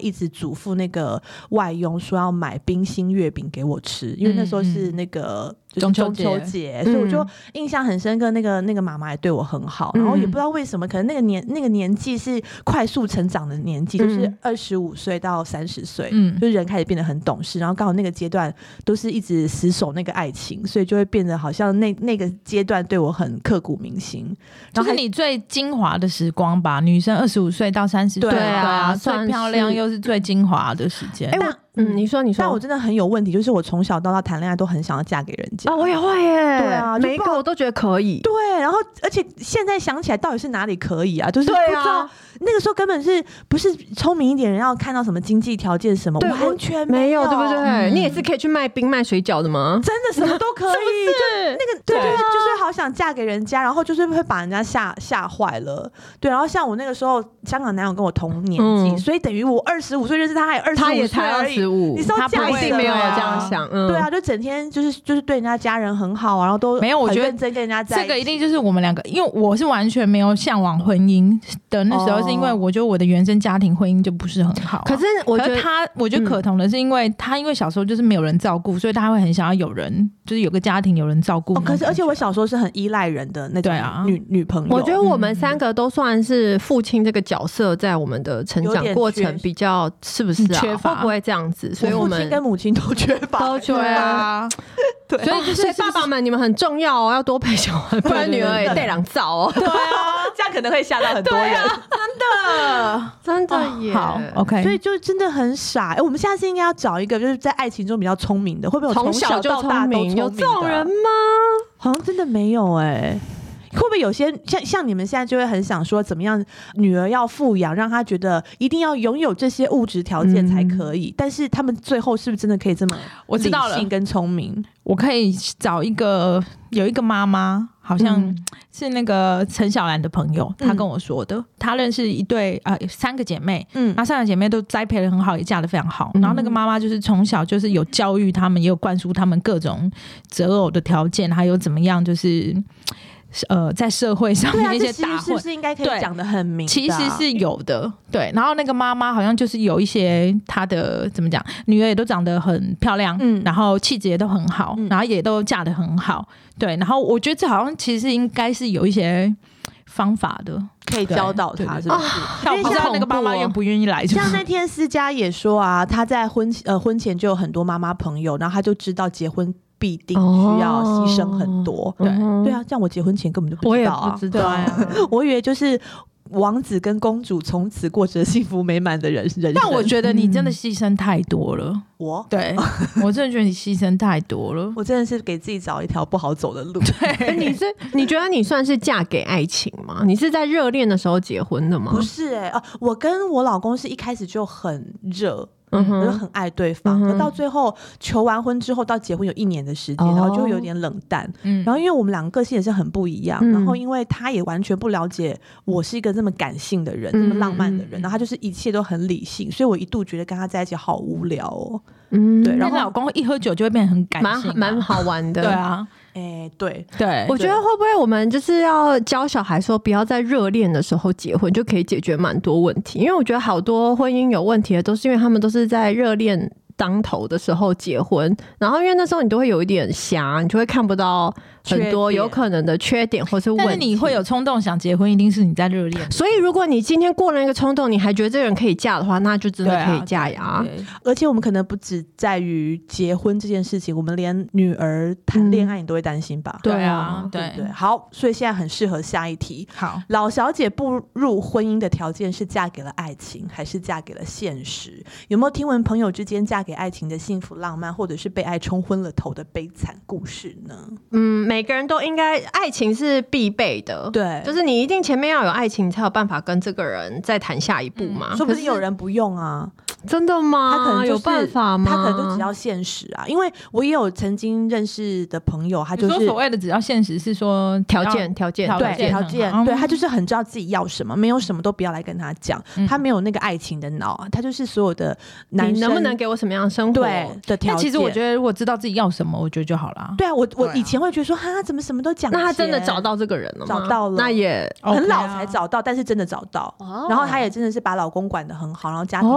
一直嘱咐那个外佣说要买冰心月饼给我吃，因为那时候是那个就是中秋节，所以我就印象很深刻。那个妈妈也对我很好，然后也不知道为什么，可能那个年纪是快速成长的年纪，就是25岁到30岁，就是人开始变得很懂事，然后刚好那个阶段都是一直死守那个爱情，所以就会变得好像那个阶段对我很刻骨铭心。 就是你最精华的时光吧，女生25岁到30岁， 对啊， 最漂亮又是最精华的时间。 你说， 但我真的很有问题，就是我从小到大谈恋爱都很想要嫁给人家。 我也会耶， 对啊， 每一个我都觉得可以。 对，然后而且现在想起来，到底是哪里可以啊？就是不知道那个时候根本是不是聪明一点人要看到什么经济条件什么，完全没有，对不对？你也是可以去卖冰卖水饺的吗？ 真的什么都可以， 是不是？ 那个对，就是好想嫁给人家，然后就是会把人家吓坏了。对，然后像我那个时候，香港男友跟我同年纪，所以等于我25岁认识他，还有25岁而已。你说他一定没有这样想， 对啊，就整天就是对人家家人很好，然后都没有，我觉得认真跟人家在一起。 这个一定就是我们两个，因为我是完全没有向往婚姻的，那时候是因为我觉得我的原生家庭婚姻就不是很好。 可是我觉得我觉得可同的是，因为他因为小时候就是没有人照顾，所以他会很想要有人，就是有个家庭有人照顾。 可是而且我小时候是很依赖人的那种女朋友。 我觉得我们3个都算是父亲这个角色在我们的成长过程比较是不是缺乏？ 会不会这样子？所以我们父亲跟母亲都缺乏， 对，所以就是爸爸们你们很重要哦，要多陪小孩，不然女儿也带两造哦。 对啊，这样可能会吓到很多人， 真的耶。 好 ，OK， 所以就真的很傻。我们下次应该要找一个就是在爱情中比较聪明的，会不会有从小到大都聪明的？ 有这种人吗？ 好像真的没有会不会有些像你们现在就会很想说怎么样女儿要富养，让她觉得一定要拥有这些物质条件才可以，但是他们最后是不是真的可以这么理性跟聪明？ 我可以找有一个妈妈，好像是那个陈小兰的朋友，她跟我说的，她认识一对3个姐妹，那3个姐妹都栽培得很好，也嫁得非常好，然后那个妈妈就是从小就是有教育他们，也有灌输他们各种择偶的条件，还有怎么样就是在社会上面一些打混， 是不是应该可以讲得很明？ 其实是有的，对。然后那个妈妈好像就是有一些她的怎么讲，女儿也都长得很漂亮，然后气质也都很好，然后也都嫁得很好，对。然后我觉得这好像其实应该是有一些方法的， 可以教导她，是不是？ 但我不知道那个妈妈愿不愿意来。 像那天思佳也说啊，她在婚前就有很多妈妈朋友，然后她就知道结婚必定需要牺牲很多，对啊，这样我结婚前根本就不知道啊， 我也不知道啊， 我以为就是王子跟公主从此过着幸福美满的人生。 但我觉得你真的牺牲太多了，对我真的觉得你牺牲太多了， 我真的是给自己找一条不好走的路。 对， 你觉得你算是嫁给爱情吗？你是在热恋的时候结婚的吗？ 不是我跟我老公是一开始就很热。我就很爱对方，可到最后求完婚之后到结婚有1年的时间，然后就会有点冷淡。然后因为我们2个个性也是很不一样，然后因为他也完全不了解我是一个这么感性的人，这么浪漫的人，然后他就是一切都很理性，所以我一度觉得跟他在一起好无聊哦。对，然后老公一喝酒就会变得很感性， 蛮好玩的。 对啊。 对， 我觉得会不会我们就是要教小孩说不要在热恋的时候结婚，就可以解决蛮多问题？因为我觉得好多婚姻有问题的都是因为他们都是在热恋当头的时候结婚，然后因为那时候你都会有一点瞎，你就会看不到很多有可能的缺点或是问题。 但是你会有冲动想结婚，一定是你在热恋。 所以如果你今天过了一个冲动，你还觉得这个人可以嫁的话，那就真的可以嫁呀。 而且我们可能不只在于结婚这件事情，我们连女儿谈恋爱你都会担心吧？ 对啊，对。 好，所以现在很适合下一题。 好， 老小姐步入婚姻的条件是嫁给了爱情，还是嫁给了现实？有没有听闻朋友之间嫁给爱情的幸福浪漫，或者是被爱冲昏了头的悲惨故事呢？ 每个人都应该，爱情是必备的， 对， 就是你一定前面要有爱情，才有办法跟这个人再谈下一步嘛。 说不定有人不用啊。 真的吗？ 他可能有办法吗？ 他可能就只要现实啊，因为我也有曾经认识的朋友，他就是所谓的只要现实是说条件， 对，他就是很知道自己要什么，没有什么都不要来跟他讲，他没有那个爱情的脑，他就是所有的男生你能不能给我什么样的生活的条件。 其实我觉得如果知道自己要什么，我觉得就好了。 对啊，我以前会觉得说哈怎么什么都讲， 那他真的找到这个人了吗？ 找到了， 那也很老才找到，但是真的找到，然后他也真的是把老公管得很好，然后家庭很幸福。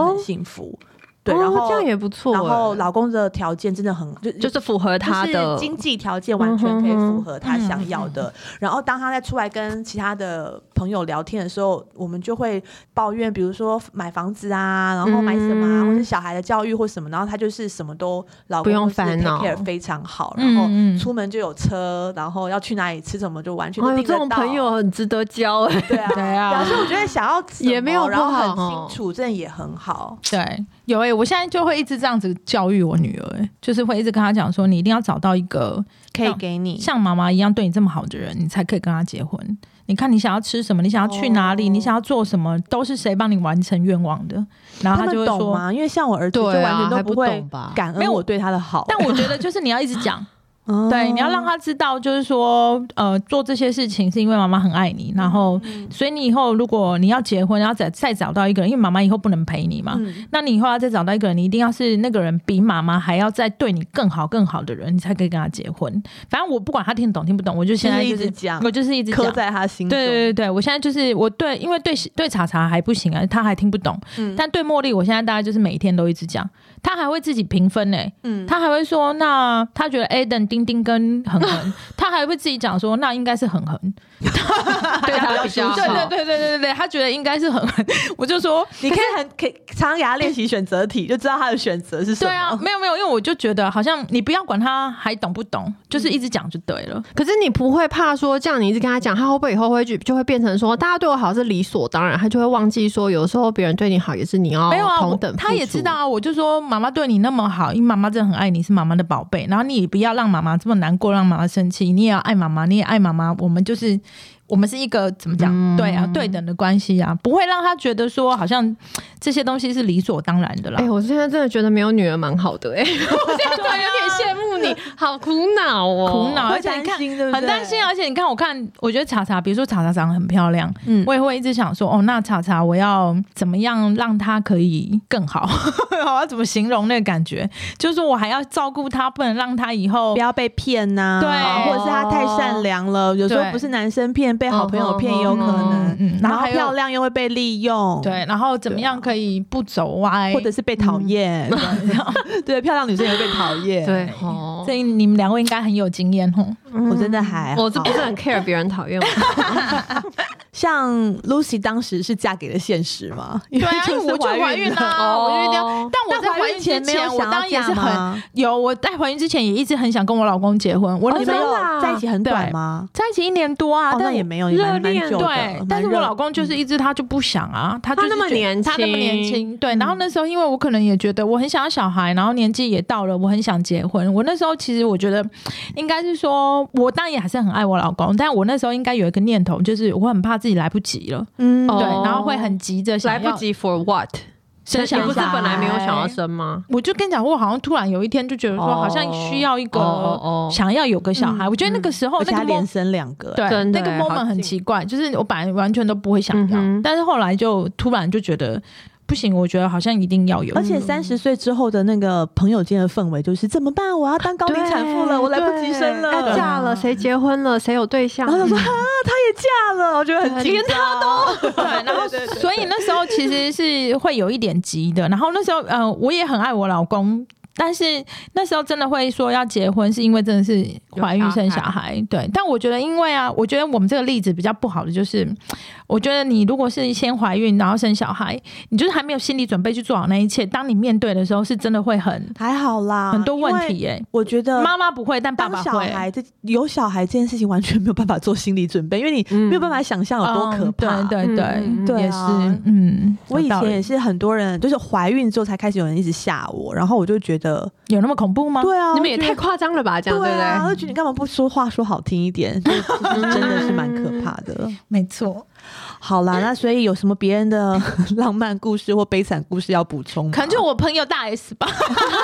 福。对，然后这样也不错。 然后老公的条件真的很就是符合他的、 就是、经济条件，完全可以符合他想要的。然后当他在出来跟其他的朋友聊天的时候，我们就会抱怨，比如说买房子啊，然后买什么啊，或者小孩的教育或什么，然后他就是什么都老公不用烦恼 take care 非常好，然后出门就有车，然后要去哪里吃什么就完全都订得到。 这种朋友很值得交对啊，对啊。表示我觉得想要也没有不好， 然后很清楚，真的也很好。 对。有我现在就会一直这样子教育我女儿就是会一直跟她讲说，你一定要找到一个可以给你像妈妈一样对你这么好的人，你才可以跟她结婚。你看你想要吃什么，你想要去哪里，你想要做什么，都是谁帮你完成愿望的。然后她就会说， 懂吗？因为像我儿子就完全都不会感恩我对他的好。 但我觉得就是你要一直讲。对，你要让他知道，就是说，做这些事情是因为妈妈很爱你，然后，所以你以后如果你要结婚，要再找到一个人，因为妈妈以后不能陪你嘛，那你以后要再找到一个人，你一定要是那个人比妈妈还要再对你更好的人，你才可以跟他结婚。反正我不管他听得懂听不懂，我就现在一直讲， 我就是一直讲， 刻在他心中。 对，我现在就是我对，因为对查查还不行啊，他还听不懂，但对茉莉，我现在大概就是每天都一直讲。他还会自己评分他还会说，那他觉得 Aden、丁丁跟恒恒，他还会自己讲说，那应该是恒恒， 对他比较好。 对，他觉得应该是恒恒。我就说， 你可以常给他练习选择题，就知道他的选择是什么。 对啊，没有，因为我就觉得好像你不要管他还懂不懂，就是一直讲就对了。 可是你不会怕说，这样你一直跟他讲，他会不会以后就会变成说，大家对我好是理所当然，他就会忘记说，有时候别人对你好也是你要同等付出。 他也知道啊，我就说。妈妈对你那么好，因为妈妈真的很爱你，是妈妈的宝贝。然后你也不要让妈妈这么难过，让妈妈生气。你也要爱妈妈，你也爱妈妈。我们是一个怎么讲？对啊，对等的关系啊，不会让他觉得说好像这些东西是理所当然的啦。 我现在真的觉得没有女儿蛮好的我现在突然有点羡慕你，好苦恼哦， 苦恼，而且你看很担心，而且你看我觉得查查，比如说查查长得很漂亮，我也会一直想说，那查查我要怎么样让她可以更好？我要怎么形容那个感觉？就是说我还要照顾她，不能让她以后不要被骗呐， 对， 或者是她太善良了，有时候不是男生骗，被好朋友骗也有可能，然后漂亮又会被利用， 对，然后怎么样可以不走歪， 或者是被讨厌，对，漂亮女生也会被讨厌， 对，所以你们两位应该很有经验哦。 我真的还好， 我这不是很 care 别人讨厌我。 像 Lucy 当时是嫁给了现实吗？ 对啊，因为我就怀孕啦，我就一定要。但我在怀孕之前，我当然也是我在怀孕之前也一直很想跟我老公结婚。我那时候在一起很短吗？ 在一起1年多啊， 但也没有热恋， 对。但是我老公就是一直他就不想啊，他那么年轻，对。然后那时候因为我可能也觉得我很想要小孩，然后年纪也到了，我很想结婚。我那时候其实我觉得应该是说，我当然也还是很爱我老公，但我那时候应该有一个念头，就是我很怕自己来不及了，对，然后会很急着想要来不及 for what。生小孩不是本来没有想要生吗？ 我就跟你讲，我好像突然有一天就觉得说，好像需要一个想要有个小孩。我觉得那个时候那个连生2个， 对，那个 moment 很奇怪，就是我本来完全都不会想要，但是后来就突然就觉得。不行，我觉得好像一定要有， 而且30岁之后的那个朋友间的氛围就是怎么办？我要当高龄产妇了，我来不及生了， 要嫁了，谁结婚了，谁有对象？ 然后他说她也嫁了，我觉得很紧张， 连他都对，然后所以那时候其实是会有一点急的，然后那时候我也很爱我老公。但是那时候真的会说要结婚，是因为真的是怀孕生小孩，对。但我觉得，因为我觉得我们这个例子比较不好的就是，我觉得你如果是先怀孕然后生小孩，你就是还没有心理准备去做好那一切，当你面对的时候，是真的会还好啦， 很多问题我觉得妈妈不会，但爸爸会。 有小孩这件事情完全没有办法做心理准备，因为你没有办法想象有多可怕。 对，也是， 我以前也是很多人就是怀孕之后才开始有人一直吓我，然后我就觉得。 有那么恐怖吗？ 对啊， 你们也太夸张了吧，这样对不对？ 我就觉得你干嘛不说话说好听一点，就是真的是蛮可怕的。 没错。 好啦，那所以有什么别人的浪漫故事或悲惨故事要补充吗？ 可能就我朋友大 S 吧。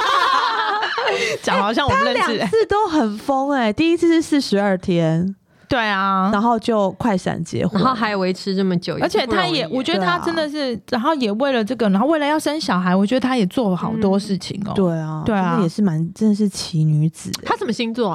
讲好像我们认识， 他2次都很疯第一次是42天。 对啊， 然后就快闪结婚， 然后还维持这么久， 而且他也，我觉得他真的是，然后也为了这个，然后为了要生小孩，我觉得他也做了好多事情对啊，也是真的是奇女子。 他什么星座啊？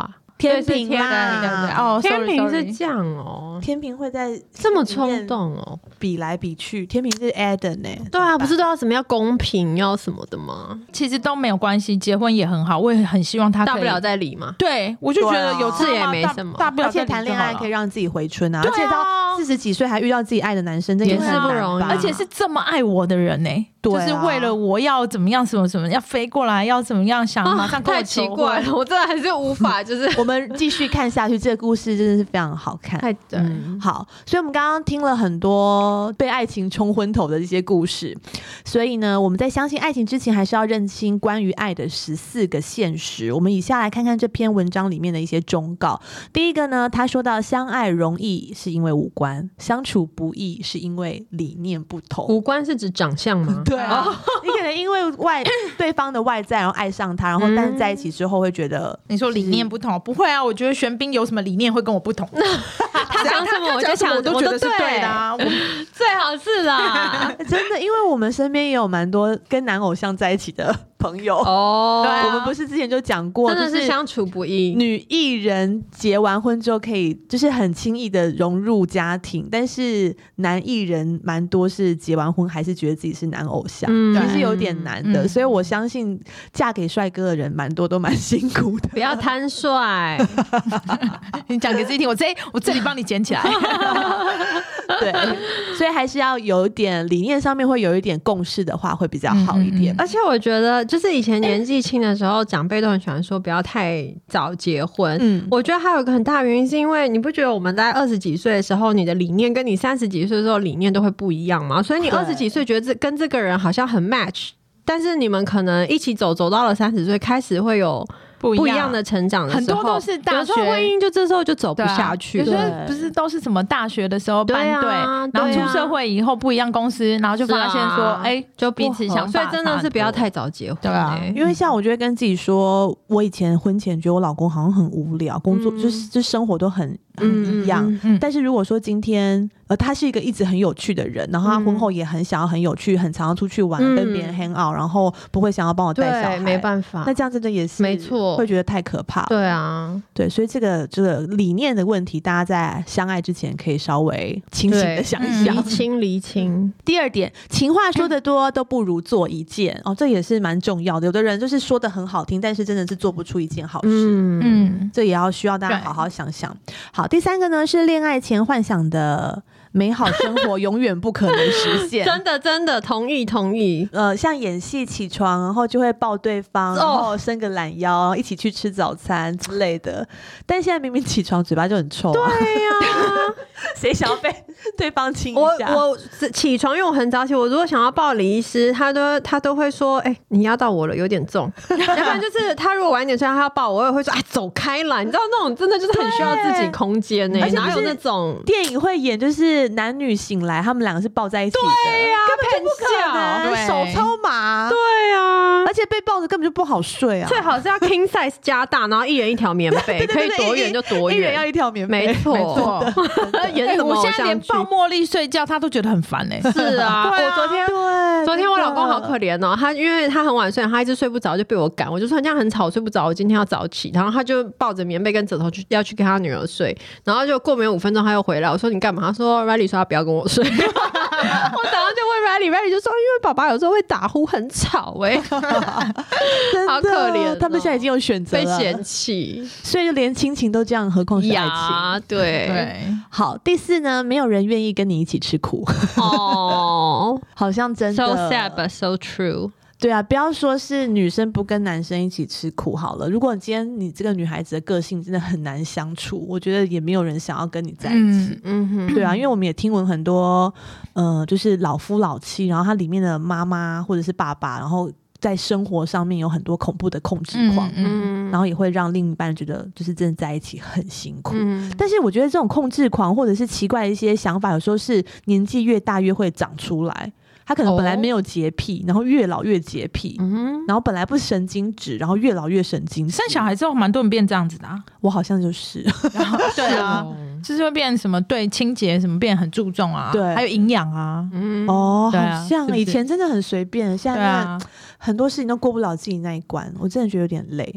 天平啦， 哦， 天平是这样哦， 天平会在这么冲动哦， 比来比去，天平是 Adam 呢？ 对啊，不是都要什么要公平要什么的吗？ 其实都没有关系，结婚也很好，我也很希望他大不了再离嘛。 对，我就觉得有次也没什么， 大不了而且谈恋爱可以让自己回春啊， 而且到40几岁还遇到自己爱的男生，这也是不容易， 而且是这么爱我的人呢。就是为了我要怎么样什么什么要飞过来要怎么样想马上跟我求婚， 太奇怪了，我真的还是无法就是我们继续看下去，这个故事真的是非常好看。好，所以我们刚刚听了很多被爱情冲昏头的一些故事，所以呢我们在相信爱情之前还是要认清关于爱的14个现实。我们以下来看看这篇文章里面的一些忠告。第一个呢，他说到相爱容易是因为五官，相处不易是因为理念不同。 五官是指长相吗？ 对啊，你可能因为对方的外在然后爱上他，然后但是在一起之后会觉得你说理念不同，不会啊，我觉得玄彬有什么理念会跟我不同？ 他讲什么我就想， 我都觉得是对的啊， 最好是啦， 真的，因为我们身边也有蛮多跟男偶像在一起的朋友哦， 我们不是之前就讲过， 真的是相处不易。 女艺人结完婚之后可以就是很轻易的融入家庭，但是男艺人蛮多是结完婚还是觉得自己是男偶像，其实有点难的，所以我相信嫁给帅哥的人蛮多都蛮辛苦的。 不要贪帅， 你讲给自己听，我这里帮你捡起来。 对，所以还是要有一点理念上面会有一点共识的话，会比较好一点。 而且我觉得，就是以前年纪轻的时候，长辈都很喜欢说不要太早结婚。我觉得还有一个很大的原因，是因为你不觉得我们在20几岁的时候，你的理念跟你30几岁的时候理念都会不一样吗？所以你20几岁觉得跟这个人好像很 match， 但是你们可能一起走到了30岁，开始会有不一样的成长的时候， 很多都是大学婚姻就这时候就走不下去了。 有些不是都是什么大学的时候班队，然后出社会以后不一样公司，然后就发现说，就彼此想法， 所以真的是不要太早结婚。 对啊， 因为像我就会跟自己说，我以前婚前觉得我老公好像很无聊，工作就生活都很一样，但是如果说今天他是一个一直很有趣的人，然后他婚后也很想要很有趣，很常要出去玩，跟别人 hang out， 然后不会想要帮我带小孩， 没办法， 那这样真的也是没错， 会觉得太可怕了。 对啊， 对，所以这个理念的问题，大家在相爱之前可以稍微清醒的想一想， 厘清。 第二点，情话说得多都不如做一件哦，这也是蛮重要的。有的人就是说得很好听，但是真的是做不出一件好事。这也要需要大家好好想想。好，第三个呢是恋爱前幻想的美好生活永远不可能实现。 真的同意。 像演戏起床，然后就会抱对方，然后伸个懒腰，然后一起去吃早餐之类的。但现在明明起床嘴巴就很臭， 对呀， 谁想要被对方亲一下？ 我起床，因为我很早起，我如果想要抱李医师，他都会说，你压到我了，有点重。要不然就是他如果晚一点睡，他要抱我，也会说，走开啦。你知道那种真的就是很需要自己空间呢，哪有那种电影会演就是男女醒来，他们两个是抱在一起的， 对呀， 根本就不可能，手超麻， 对啊， 而且被抱着根本就不好睡啊。 最好是要 king size 加大，然后一人一条棉被，可以多远就多远， 一人要一条棉被， 没错。 我现在连抱茉莉睡觉，他都觉得很烦嘞。 是啊，我昨天我老公好可怜哦，他因为他很晚睡，他一直睡不着，就被我赶。我就说你这样很吵，睡不着，我今天要早起。然后他就抱着棉被跟枕头要去跟他女儿睡，然后就过没5分钟他又回来，我说你干嘛？他说 Riley 说他不要跟我睡。我早上就问 Riley 就说因为爸爸有时候会打呼很吵好可怜， 他们现在已经有选择了， 被嫌弃， 所以就连亲情都这样，何况是爱情？ 对。 好，第4呢，没有人愿意跟你一起吃苦。好像真的 So sad but so true。 对啊，不要说是女生不跟男生一起吃苦好了，如果今天你这个女孩子的个性真的很难相处，我觉得也没有人想要跟你在一起。对啊，因为我们也听闻很多就是老夫老妻，然后他里面的妈妈或者是爸爸，然后在生活上面有很多恐怖的控制狂，然后也会让另一半觉得就是真的在一起很辛苦。但是我觉得这种控制狂或者是奇怪的一些想法，有时候是年纪越大越会长出来。他可能本来没有洁癖，然后越老越洁癖，然后本来不神经质，然后越老越神经质。 生小孩之后蛮多人变这样子的啊， 我好像就是对啊，就是会变什么对清洁什么变很注重啊， 对， 还有营养啊， 好像以前真的很随便，现在对啊， 很多事情都过不了自己那一关，我真的觉得有点累。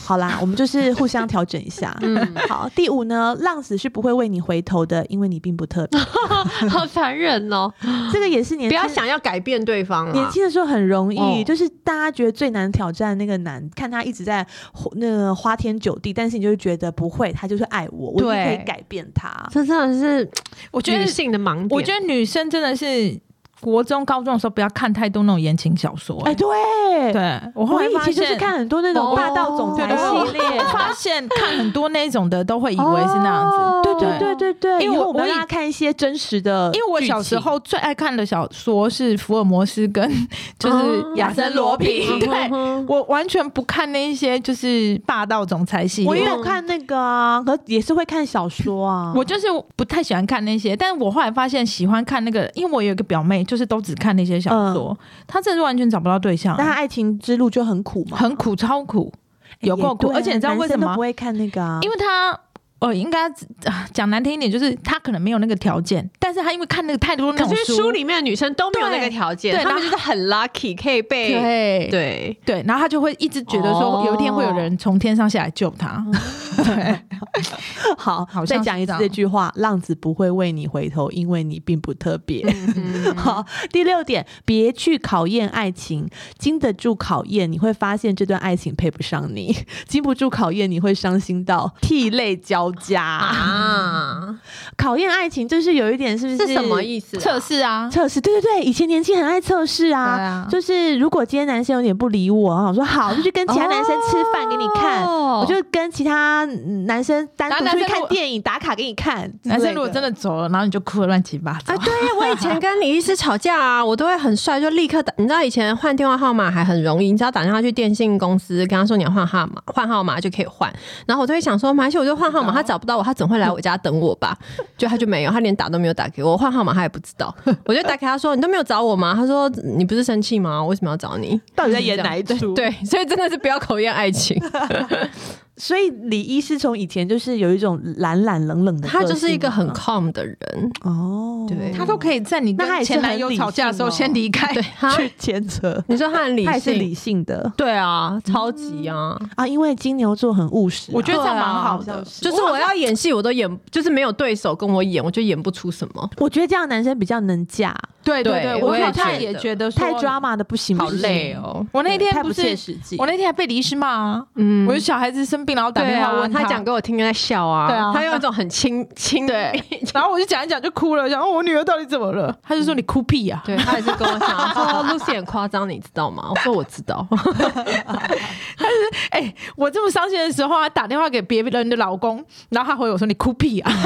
好啦，我们就是互相调整一下。好，第5呢，浪子是不会为你回头的，因为你并不特别。 好残忍哦！ 这个也是不要想要改变对方啊。 年轻的时候很容易，就是大家觉得最难挑战那个男，看他一直在那个花天酒地，但是你就会觉得不会，他就是爱我，我一定可以改变他。 这真的是我觉得女性的盲点。 我觉得女生真的是国中、高中的时候不要看太多那种言情小说。对，我后来发现以前就是看很多那种霸道总裁系列， 发现看很多那种的都会以为是那样子。 对，因为我们要看一些真实的。 因为我小时候最爱看的小说是福尔摩斯跟就是亚森罗平，对，我完全不看那些就是霸道总裁系列。 我也有看那个啊，可也是会看小说啊。 我就是不太喜欢看那些，但是我后来发现喜欢看那个，因为我有一个表妹，就是都只看那些小说，她真的是完全找不到对象。 但她爱情之路就很苦嘛， 很苦，超苦，有够苦。而且你知道为什么？ 都不会看那个啊， 因为她。应该讲难听一点，就是他可能没有那个条件，但是他因为看那个太多那种书， 可是书里面的女生都没有那个条件，他们就是很 lucky 可以被对， 然后他就会一直觉得说，有一天会有人从天上下来救他。对， 好，再讲一次这句话：浪子不会为你回头，因为你并不特别。好，第6点，别去考验爱情，经得住考验，你会发现这段爱情配不上你；经不住考验，你会伤心到涕泪交加啊！考验爱情就是有一点，是不是什么意思？ 测试啊， 测试，对，以前年轻很爱测试啊，就是如果今天男生有点不理我，然后我说好，就去跟其他男生吃饭给你看，我就跟其他男生单独去看电影打卡给你看。 男生如果真的走了，然后你就哭得乱七八糟。 对，我以前跟李医师吵架啊，我都会很帅，就立刻打。你知道以前换电话号码还很容易，你只要打电话去电信公司，跟他说你要换号码就可以换。然后我都会想说，马来西亚我就换号码，他找不到我，他总会来我家等我吧？就他就没有，他连打都没有打给我，换号码他也不知道。我就打给他说，你都没有找我吗？他说你不是生气吗？为什么要找你？ 到底在演哪一出？ 对，所以真的是不要考验爱情。 所以李医师从以前就是有一种懒冷的个性， 他就是一个很 calm 的人哦。 对， 他都可以在你跟前男友吵架的时候先离开， 对，去牵扯。 你说他很理性， 他也是理性的， 对啊，超级啊因为金牛座很务实， 我觉得这样蛮好的。 就是我要演戏，我都演，就是没有对手跟我演，我就演不出什么。 我觉得这样的男生比较能嫁。 对，我也觉得太 drama 的不行， 好累哦。 我那天太不切实际， 我那天还被李医师骂啊。我的小孩子生病，然后打电话问他讲给我听，在笑啊。对啊，他用一种很轻对， 然后我就讲一讲就哭了，想我女儿到底怎么了？他就说你哭屁啊！ 对，他也是跟我讲说Lucy 很夸张，你知道吗？我说我知道。 他是我这么伤心的时候，还打电话给别人的老公，然后他回我说你哭屁啊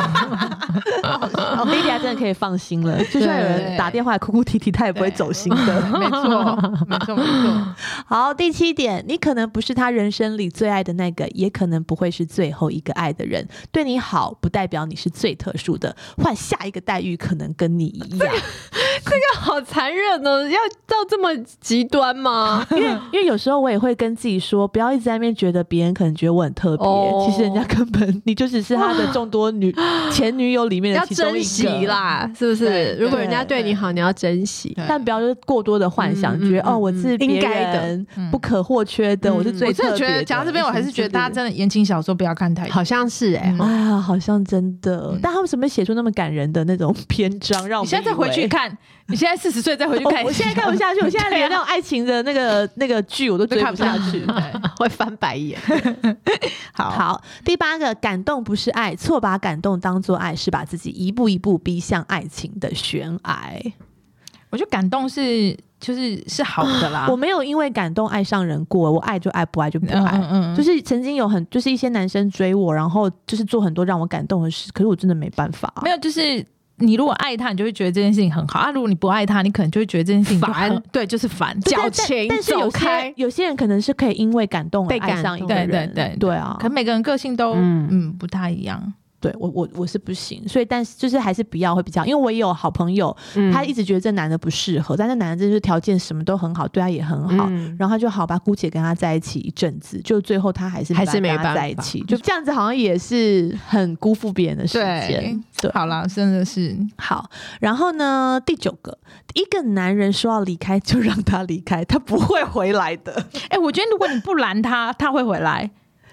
！Lydia 真的可以放心了，就算有人打电话哭哭啼啼，他也不会走心的。 没错。 好，第7点，你可能不是他人生里最爱的那个，也可能不会是最后一个爱的人。对你好，不代表你是最特殊的，换下一个待遇可能跟你一样。 这个好残忍哦！要到这么极端吗？ 因为有时候我也会跟自己说，不要一直在那边觉得别人可能觉得我很特别，其实人家根本你就只是他的众多前女友里面的其中一个。 要珍惜啦，是不是？如果人家对你好，你要珍惜， 但不要就是过多的幻想，觉得我是别人不可或缺的，我是最特别的。 我真的觉得讲到这边，我还是觉得大家真的言情小说不要看太多， 好像是呀，好像真的。但他们怎么写出那么感人的那种篇章，让我们你现在再回去看，你现在40岁再回去看， 我现在看不下去，我现在连那种爱情的那个剧我都追不下去， 会翻白眼。 好，第8个，感动不是爱，错把感动当作爱，是把自己一步一步逼向爱情的悬崖。 我觉得感动是好的啦。 我没有因为感动爱上人过，我爱就爱，不爱就不爱。就是曾经有就是一些男生追我，然后就是做很多让我感动的事，可是我真的没办法。 没有，就是你如果爱他，你就会觉得这件事情很好啊；如果你不爱他，你可能就会觉得这件事情烦。对，就是烦， 矫情。 但是有些人可能是可以因为感动而爱上一个人。对啊， 可能每个人个性都不太一样。 对我是不行，所以但是就是还是不要会比较，因为我也有好朋友，他一直觉得这男的不适合，但是男的就是条件什么都很好，对他也很好，然后他就好吧，姑且跟他在一起一阵子，就最后他还是没办法在一起，就这样子好像也是很辜负别人的时间。对， 好啦，真的是好。然后呢，第9个，一个男人说要离开就让他离开，他不会回来的。 我觉得如果你不拦他，他会回来。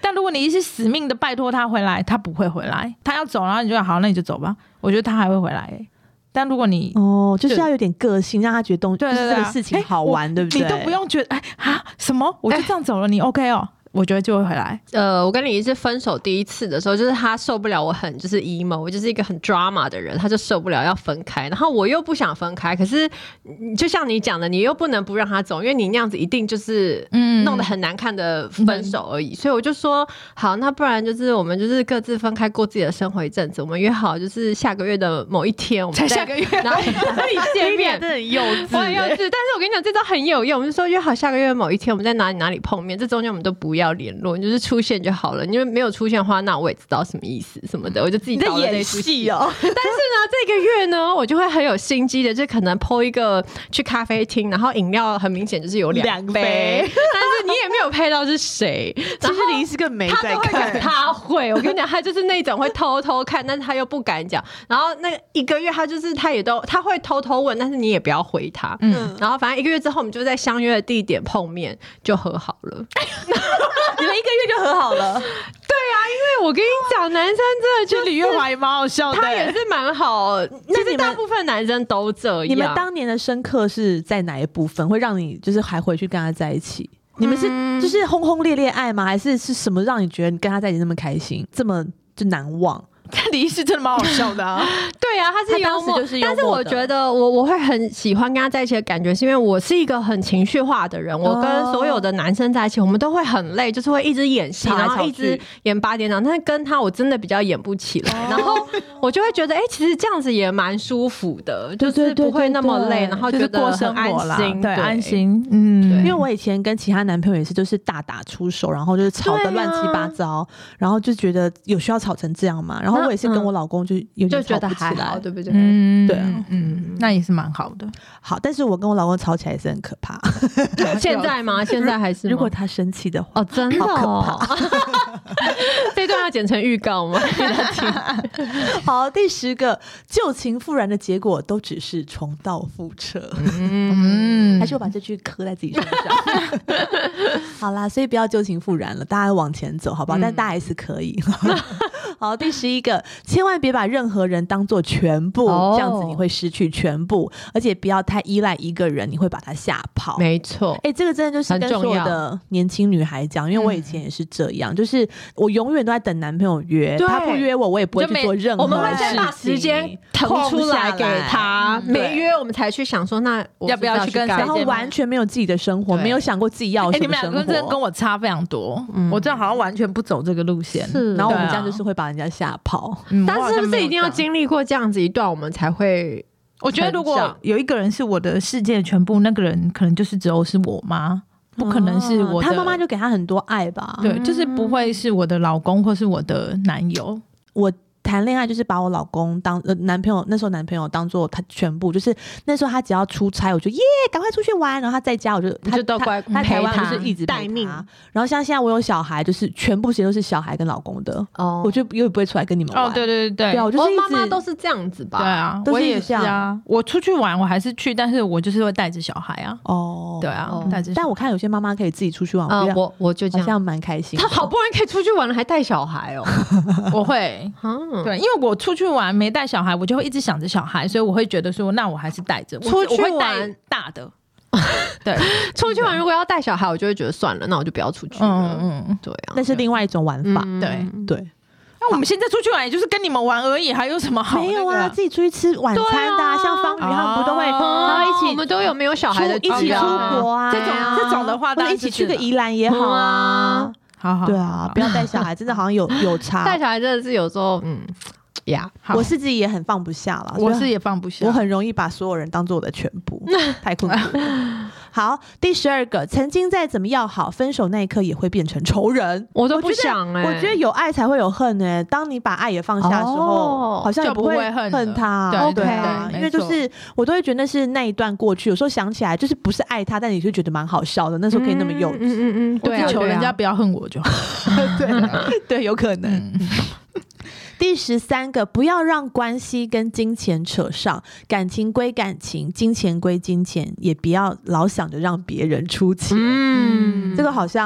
但如果你是死命的拜托他回来，他不会回来，他要走，然后你就好，那你就走吧。我觉得他还会回来但如果你就是要有点个性，让他觉得对就是这个事情好玩，对不对？ 你都不用觉得什么，我就这样走了，你 OK 哦？我觉得就会回来。 我跟李怡是分手第一次的时候，就是他受不了我很就是 emo， 我就是一个很 drama 的人，他就受不了要分开，然后我又不想分开，可是就像你讲的，你又不能不让他走，因为你那样子一定就是弄得很难看的分手而已，所以我就说好，那不然就是我们就是各自分开过自己的生活一阵子，我们约好就是下个月的某一天，我们才下个月， 然后见面， 真的很幼稚， 我很幼稚。但是我跟你讲，这招很有用，我们就说约好下个月某一天，我们在哪里碰面，这中间我们都不要联络，你就是出现就好了。因为没有出现的话，那我也知道什么意思什么的，我就自己导了那出戏哦。 但是呢，这个月呢，我就会很有心机的，就可能 po 一个去咖啡厅，然后饮料很明显就是有2杯，但是你也没有配到是谁。 其实李是个没在看， 他会，我跟你讲，他就是那种会偷偷看，但是他又不敢讲。然后那1个月，他会偷偷问，但是你也不要回他。然后反正1个月之后，我们就在相约的地点碰面，就和好了。 你们1个月就和好了？对啊，因为我跟你讲，男生真的就是李月华也蛮好笑的， 他也是蛮好。其实大部分男生都这样。 你们当年的深刻是在哪一部分会让你就是还回去跟他在一起？你们是就是轰轰烈烈爱吗？还是什么让你觉得你跟他在一起那么开心，这么就难忘？ 李是真的蛮好笑的啊。 对啊，他是幽默，但是我觉得我会很喜欢跟他在一起的感觉，是因为我是一个很情绪化的人。我跟所有的男生在一起，我们都会很累，就是会一直演戏，然后一直演8点档。但是跟他我真的比较演不起来，然后我就会觉得，其实这样子也蛮舒服的，就是不会那么累，然后觉得很安心， 对，安心。 因为我以前跟其他男朋友也是，就是大打出手，然后就是吵得乱七八糟，然后就觉得有需要吵成这样嘛。然后我也是跟我老公就有点吵不起来， 对不对？ 对啊， 那也是蛮好的。 好，但是我跟我老公吵起来也是很可怕。 现在吗？现在还是？ 如果他生气的话， 真的好可怕。 这段要剪成预告吗？ 好，第10个，旧情复燃的结果都只是重蹈覆辙。还是我把这句刻在自己身上。好啦，所以不要旧情复燃了，大家往前走，好不好？但大家还是可以。好，第11个，千万别把任何人当做全部，这样子你会失去全部，而且不要太依赖一个人，你会把他吓跑。 没错， 这个真的就是跟所有的年轻女孩讲，因为我以前也是这样，就是我永远都在等男朋友约，他不约我，我也不会去做任何事情。 我们会先把时间腾出来给他，没约我们才去想说，那要不要去跟谁？ 然后完全没有自己的生活，没有想过自己要什么生活。你们两个真的跟我差非常多，我这样好像完全不走这个路线。 然后我们这样就是会把人家吓跑。 但是不是一定要经历过这样子一段，我们才会？ 我觉得如果有一个人是我的世界全部，那个人可能就是只有是我妈，不可能是我的。 他妈妈就给他很多爱吧？ 对，就是不会是我的老公或是我的男友。 我谈恋爱就是把我老公当男朋友，那时候男朋友当做他全部，就是那时候他只要出差，我就赶快出去玩，然后他在家他都乖他台湾就是一直待命。 然后像现在我有小孩，就是全部时间都是小孩跟老公的，我就又不会出来跟你们玩。 对啊，我就是妈妈都是这样子吧？ 对啊，我也是啊。我出去玩我还是去，但是我就是会带着小孩啊。对啊，带着。 但我看有些妈妈可以自己出去玩， 我就这样， 好像蛮开心。 她好不容易可以出去玩了，还带小孩哦。 我会，对，因为我出去玩没带小孩，我就会一直想着小孩，所以我会觉得说，那我还是带着。 出去玩我会带大的。对， 出去玩如果要带小孩，我就会觉得算了，那我就不要出去了。对啊， 那是另外一种玩法。对。 那我们现在出去玩，也就是跟你们玩而已，还有什么好？ 没有啊，自己出去吃晚餐的，像方宇他们不都会，然后一起， 我们都有没有小孩的一起出国啊？ 这种的话， 或者一起去个宜兰也好啊。 好， 对啊，不要带小孩，真的好像有差。 带小孩真的是有时候， 我是自己也很放不下了， 我是也放不下， 我很容易把所有人当做我的全部，太困苦了。好，第12个，曾经再怎么要好，分手那一刻也会变成仇人。 我都不想我觉得有爱才会有恨当你把爱也放下的时候，好像也不会恨他。对啊，因为就是我都会觉得那是那一段过去，有时候想起来就是不是爱他，但你就觉得蛮好笑的，那时候可以那么幼稚。 我只求人家不要恨我就好。 对，有可能。第13个，不要让关系跟金钱扯上，感情归感情，金钱归金钱，也不要老想着让别人出钱。这个好像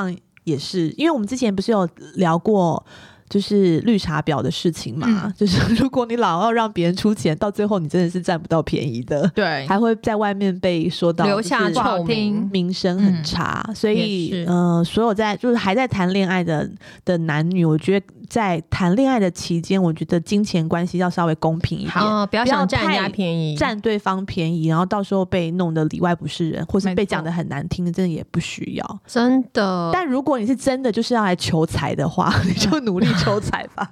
也是，因为我们之前不是有聊过就是绿茶婊的事情嘛，就是如果你老要让别人出钱，到最后你真的是占不到便宜的， 对， 还会在外面被说到留下臭名， 名声很差。所以所有就是还在谈恋爱的男女，我觉得在谈恋爱的期间，我觉得金钱关系要稍微公平一点， 不要想占人家便宜， 占对方便宜，然后到时候被弄得里外不是人，或是被讲得很难听，真的也不需要， 真的。 但如果你是真的就是要来求财的话，你就努力求财吧。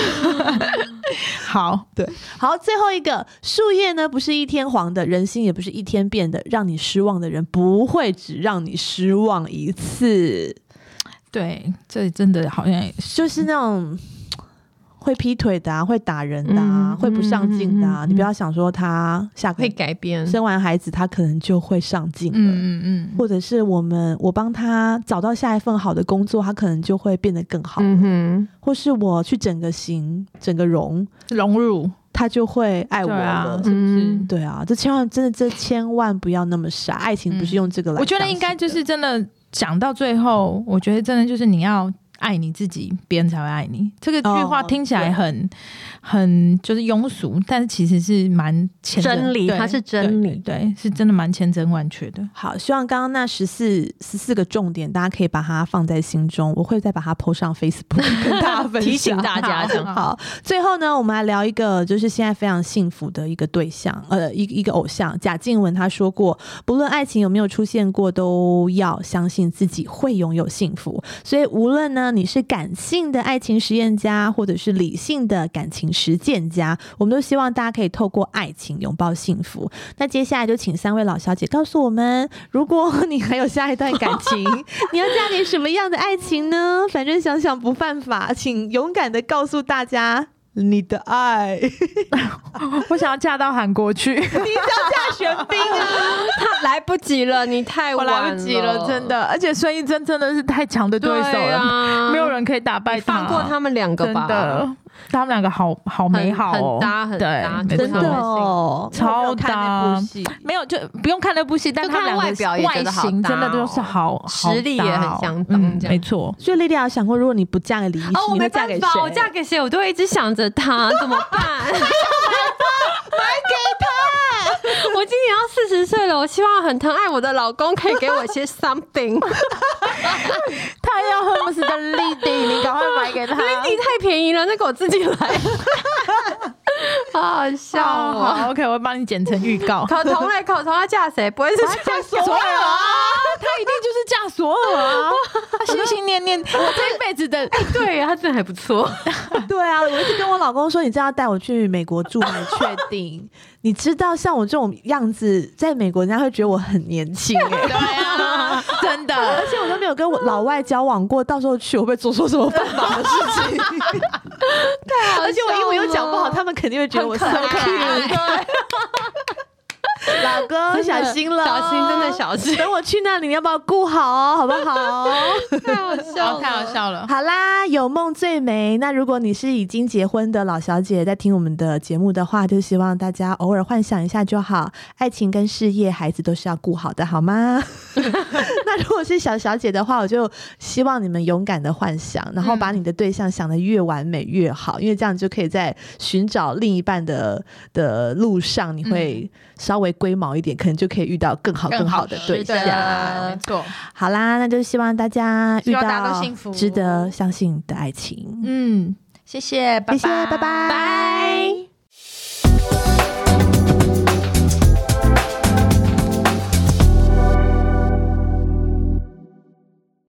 好， 对，好，最后一个，树叶呢不是一天黄的，人心也不是一天变的，让你失望的人不会只让你失望一次。 对，这真的好像就是那种会劈腿的啊，会打人的啊，会不上进的啊，你不要想说他下个会改变， 生完孩子他可能就会上进了，或者是我帮他找到下一份好的工作，他可能就会变得更好，或是我去整个形整个融入， 他就会爱我了，是不是？对啊，这千万不要那么傻，爱情不是用这个来。 我觉得应该就是真的讲到最后，我觉得真的就是你要爱你自己，别人才会爱你。这个句话听起来很就是庸俗，但是其实是蛮真理，它是真理， 对，是真的蛮千真万确的。 好，希望刚刚那14个重点，大家可以把它放在心中，我会再把它 po 上 Facebook 跟大家分享， 提醒大家。 好，最后呢，我们来聊一个就是现在非常幸福的一个对象，一个偶像贾静雯，他说过，不论爱情有没有出现过，都要相信自己会拥有幸福。所以无论呢你是感性的爱情实验家，或者是理性的感情实践家，我们都希望大家可以透过爱情拥抱幸福。那接下来就请3位老小姐告诉我们，如果你还有下一段感情，你要嫁给什么样的爱情呢？反正想想不犯法，请勇敢的告诉大家你的爱。 我想要嫁到韩国去。你想嫁玄彬啊？ 他来不及了，你太晚了， 来不及了，真的。而且孙艺珍真的是太强的对手了，没有人可以打败他。 放过他们两个吧， 真的。他们两个好美好哦， 很搭很搭， 真的哦， 超搭。没有就不用看那部戏，但他们两个外表也觉得好搭， 外形真的都是好实力也很相当， 没错。 所以莉莉娅想过，如果你不嫁给李医师，你会嫁给谁？ 我嫁给谁？我都会一直想着他，怎么办？买给他！ 我今年要40岁了，我希望很疼爱我的老公可以给我一些 something。 他要赫姆斯的 Lady， 你赶快买给他。 Lady 太便宜了，那个我自己来。好好笑哦。 好 ，OK， 我会帮你剪成预告。 口彤要嫁谁？不会是嫁索尔啊？ 他一定就是嫁索尔啊！他心心念念我这一辈子的。 对，他真的还不错。 对啊，我一直跟我老公说，你这样带我去美国住，还确定？你知道，像我这种样子，在美国人家会觉得我很年轻对啊，真的。 而且我都没有跟我老外交往过，到时候去我会不会做错什么犯法的事情？ 对， 而且我英文又讲不好，他们肯定会觉得我很可爱。老公小心了， 小心，真的小心。 等我去那里，你要把我顾好哦，好不好？ 太好笑了， 太好笑了。 好啦，有梦最美。那如果你是已经结婚的老小姐，在听我们的节目的话，就希望大家偶尔幻想一下就好。爱情跟事业、孩子都是要顾好的，好吗？那如果是小小姐的话，我就希望你们勇敢的幻想，然后把你的对象想得越完美越好，因为这样就可以在寻找另一半的路上，你会稍微龟毛一点，可能就可以遇到更好的对象。 没错。 好啦，那就希望大家遇到幸福， 值得相信的爱情。 谢谢，拜拜， 拜拜。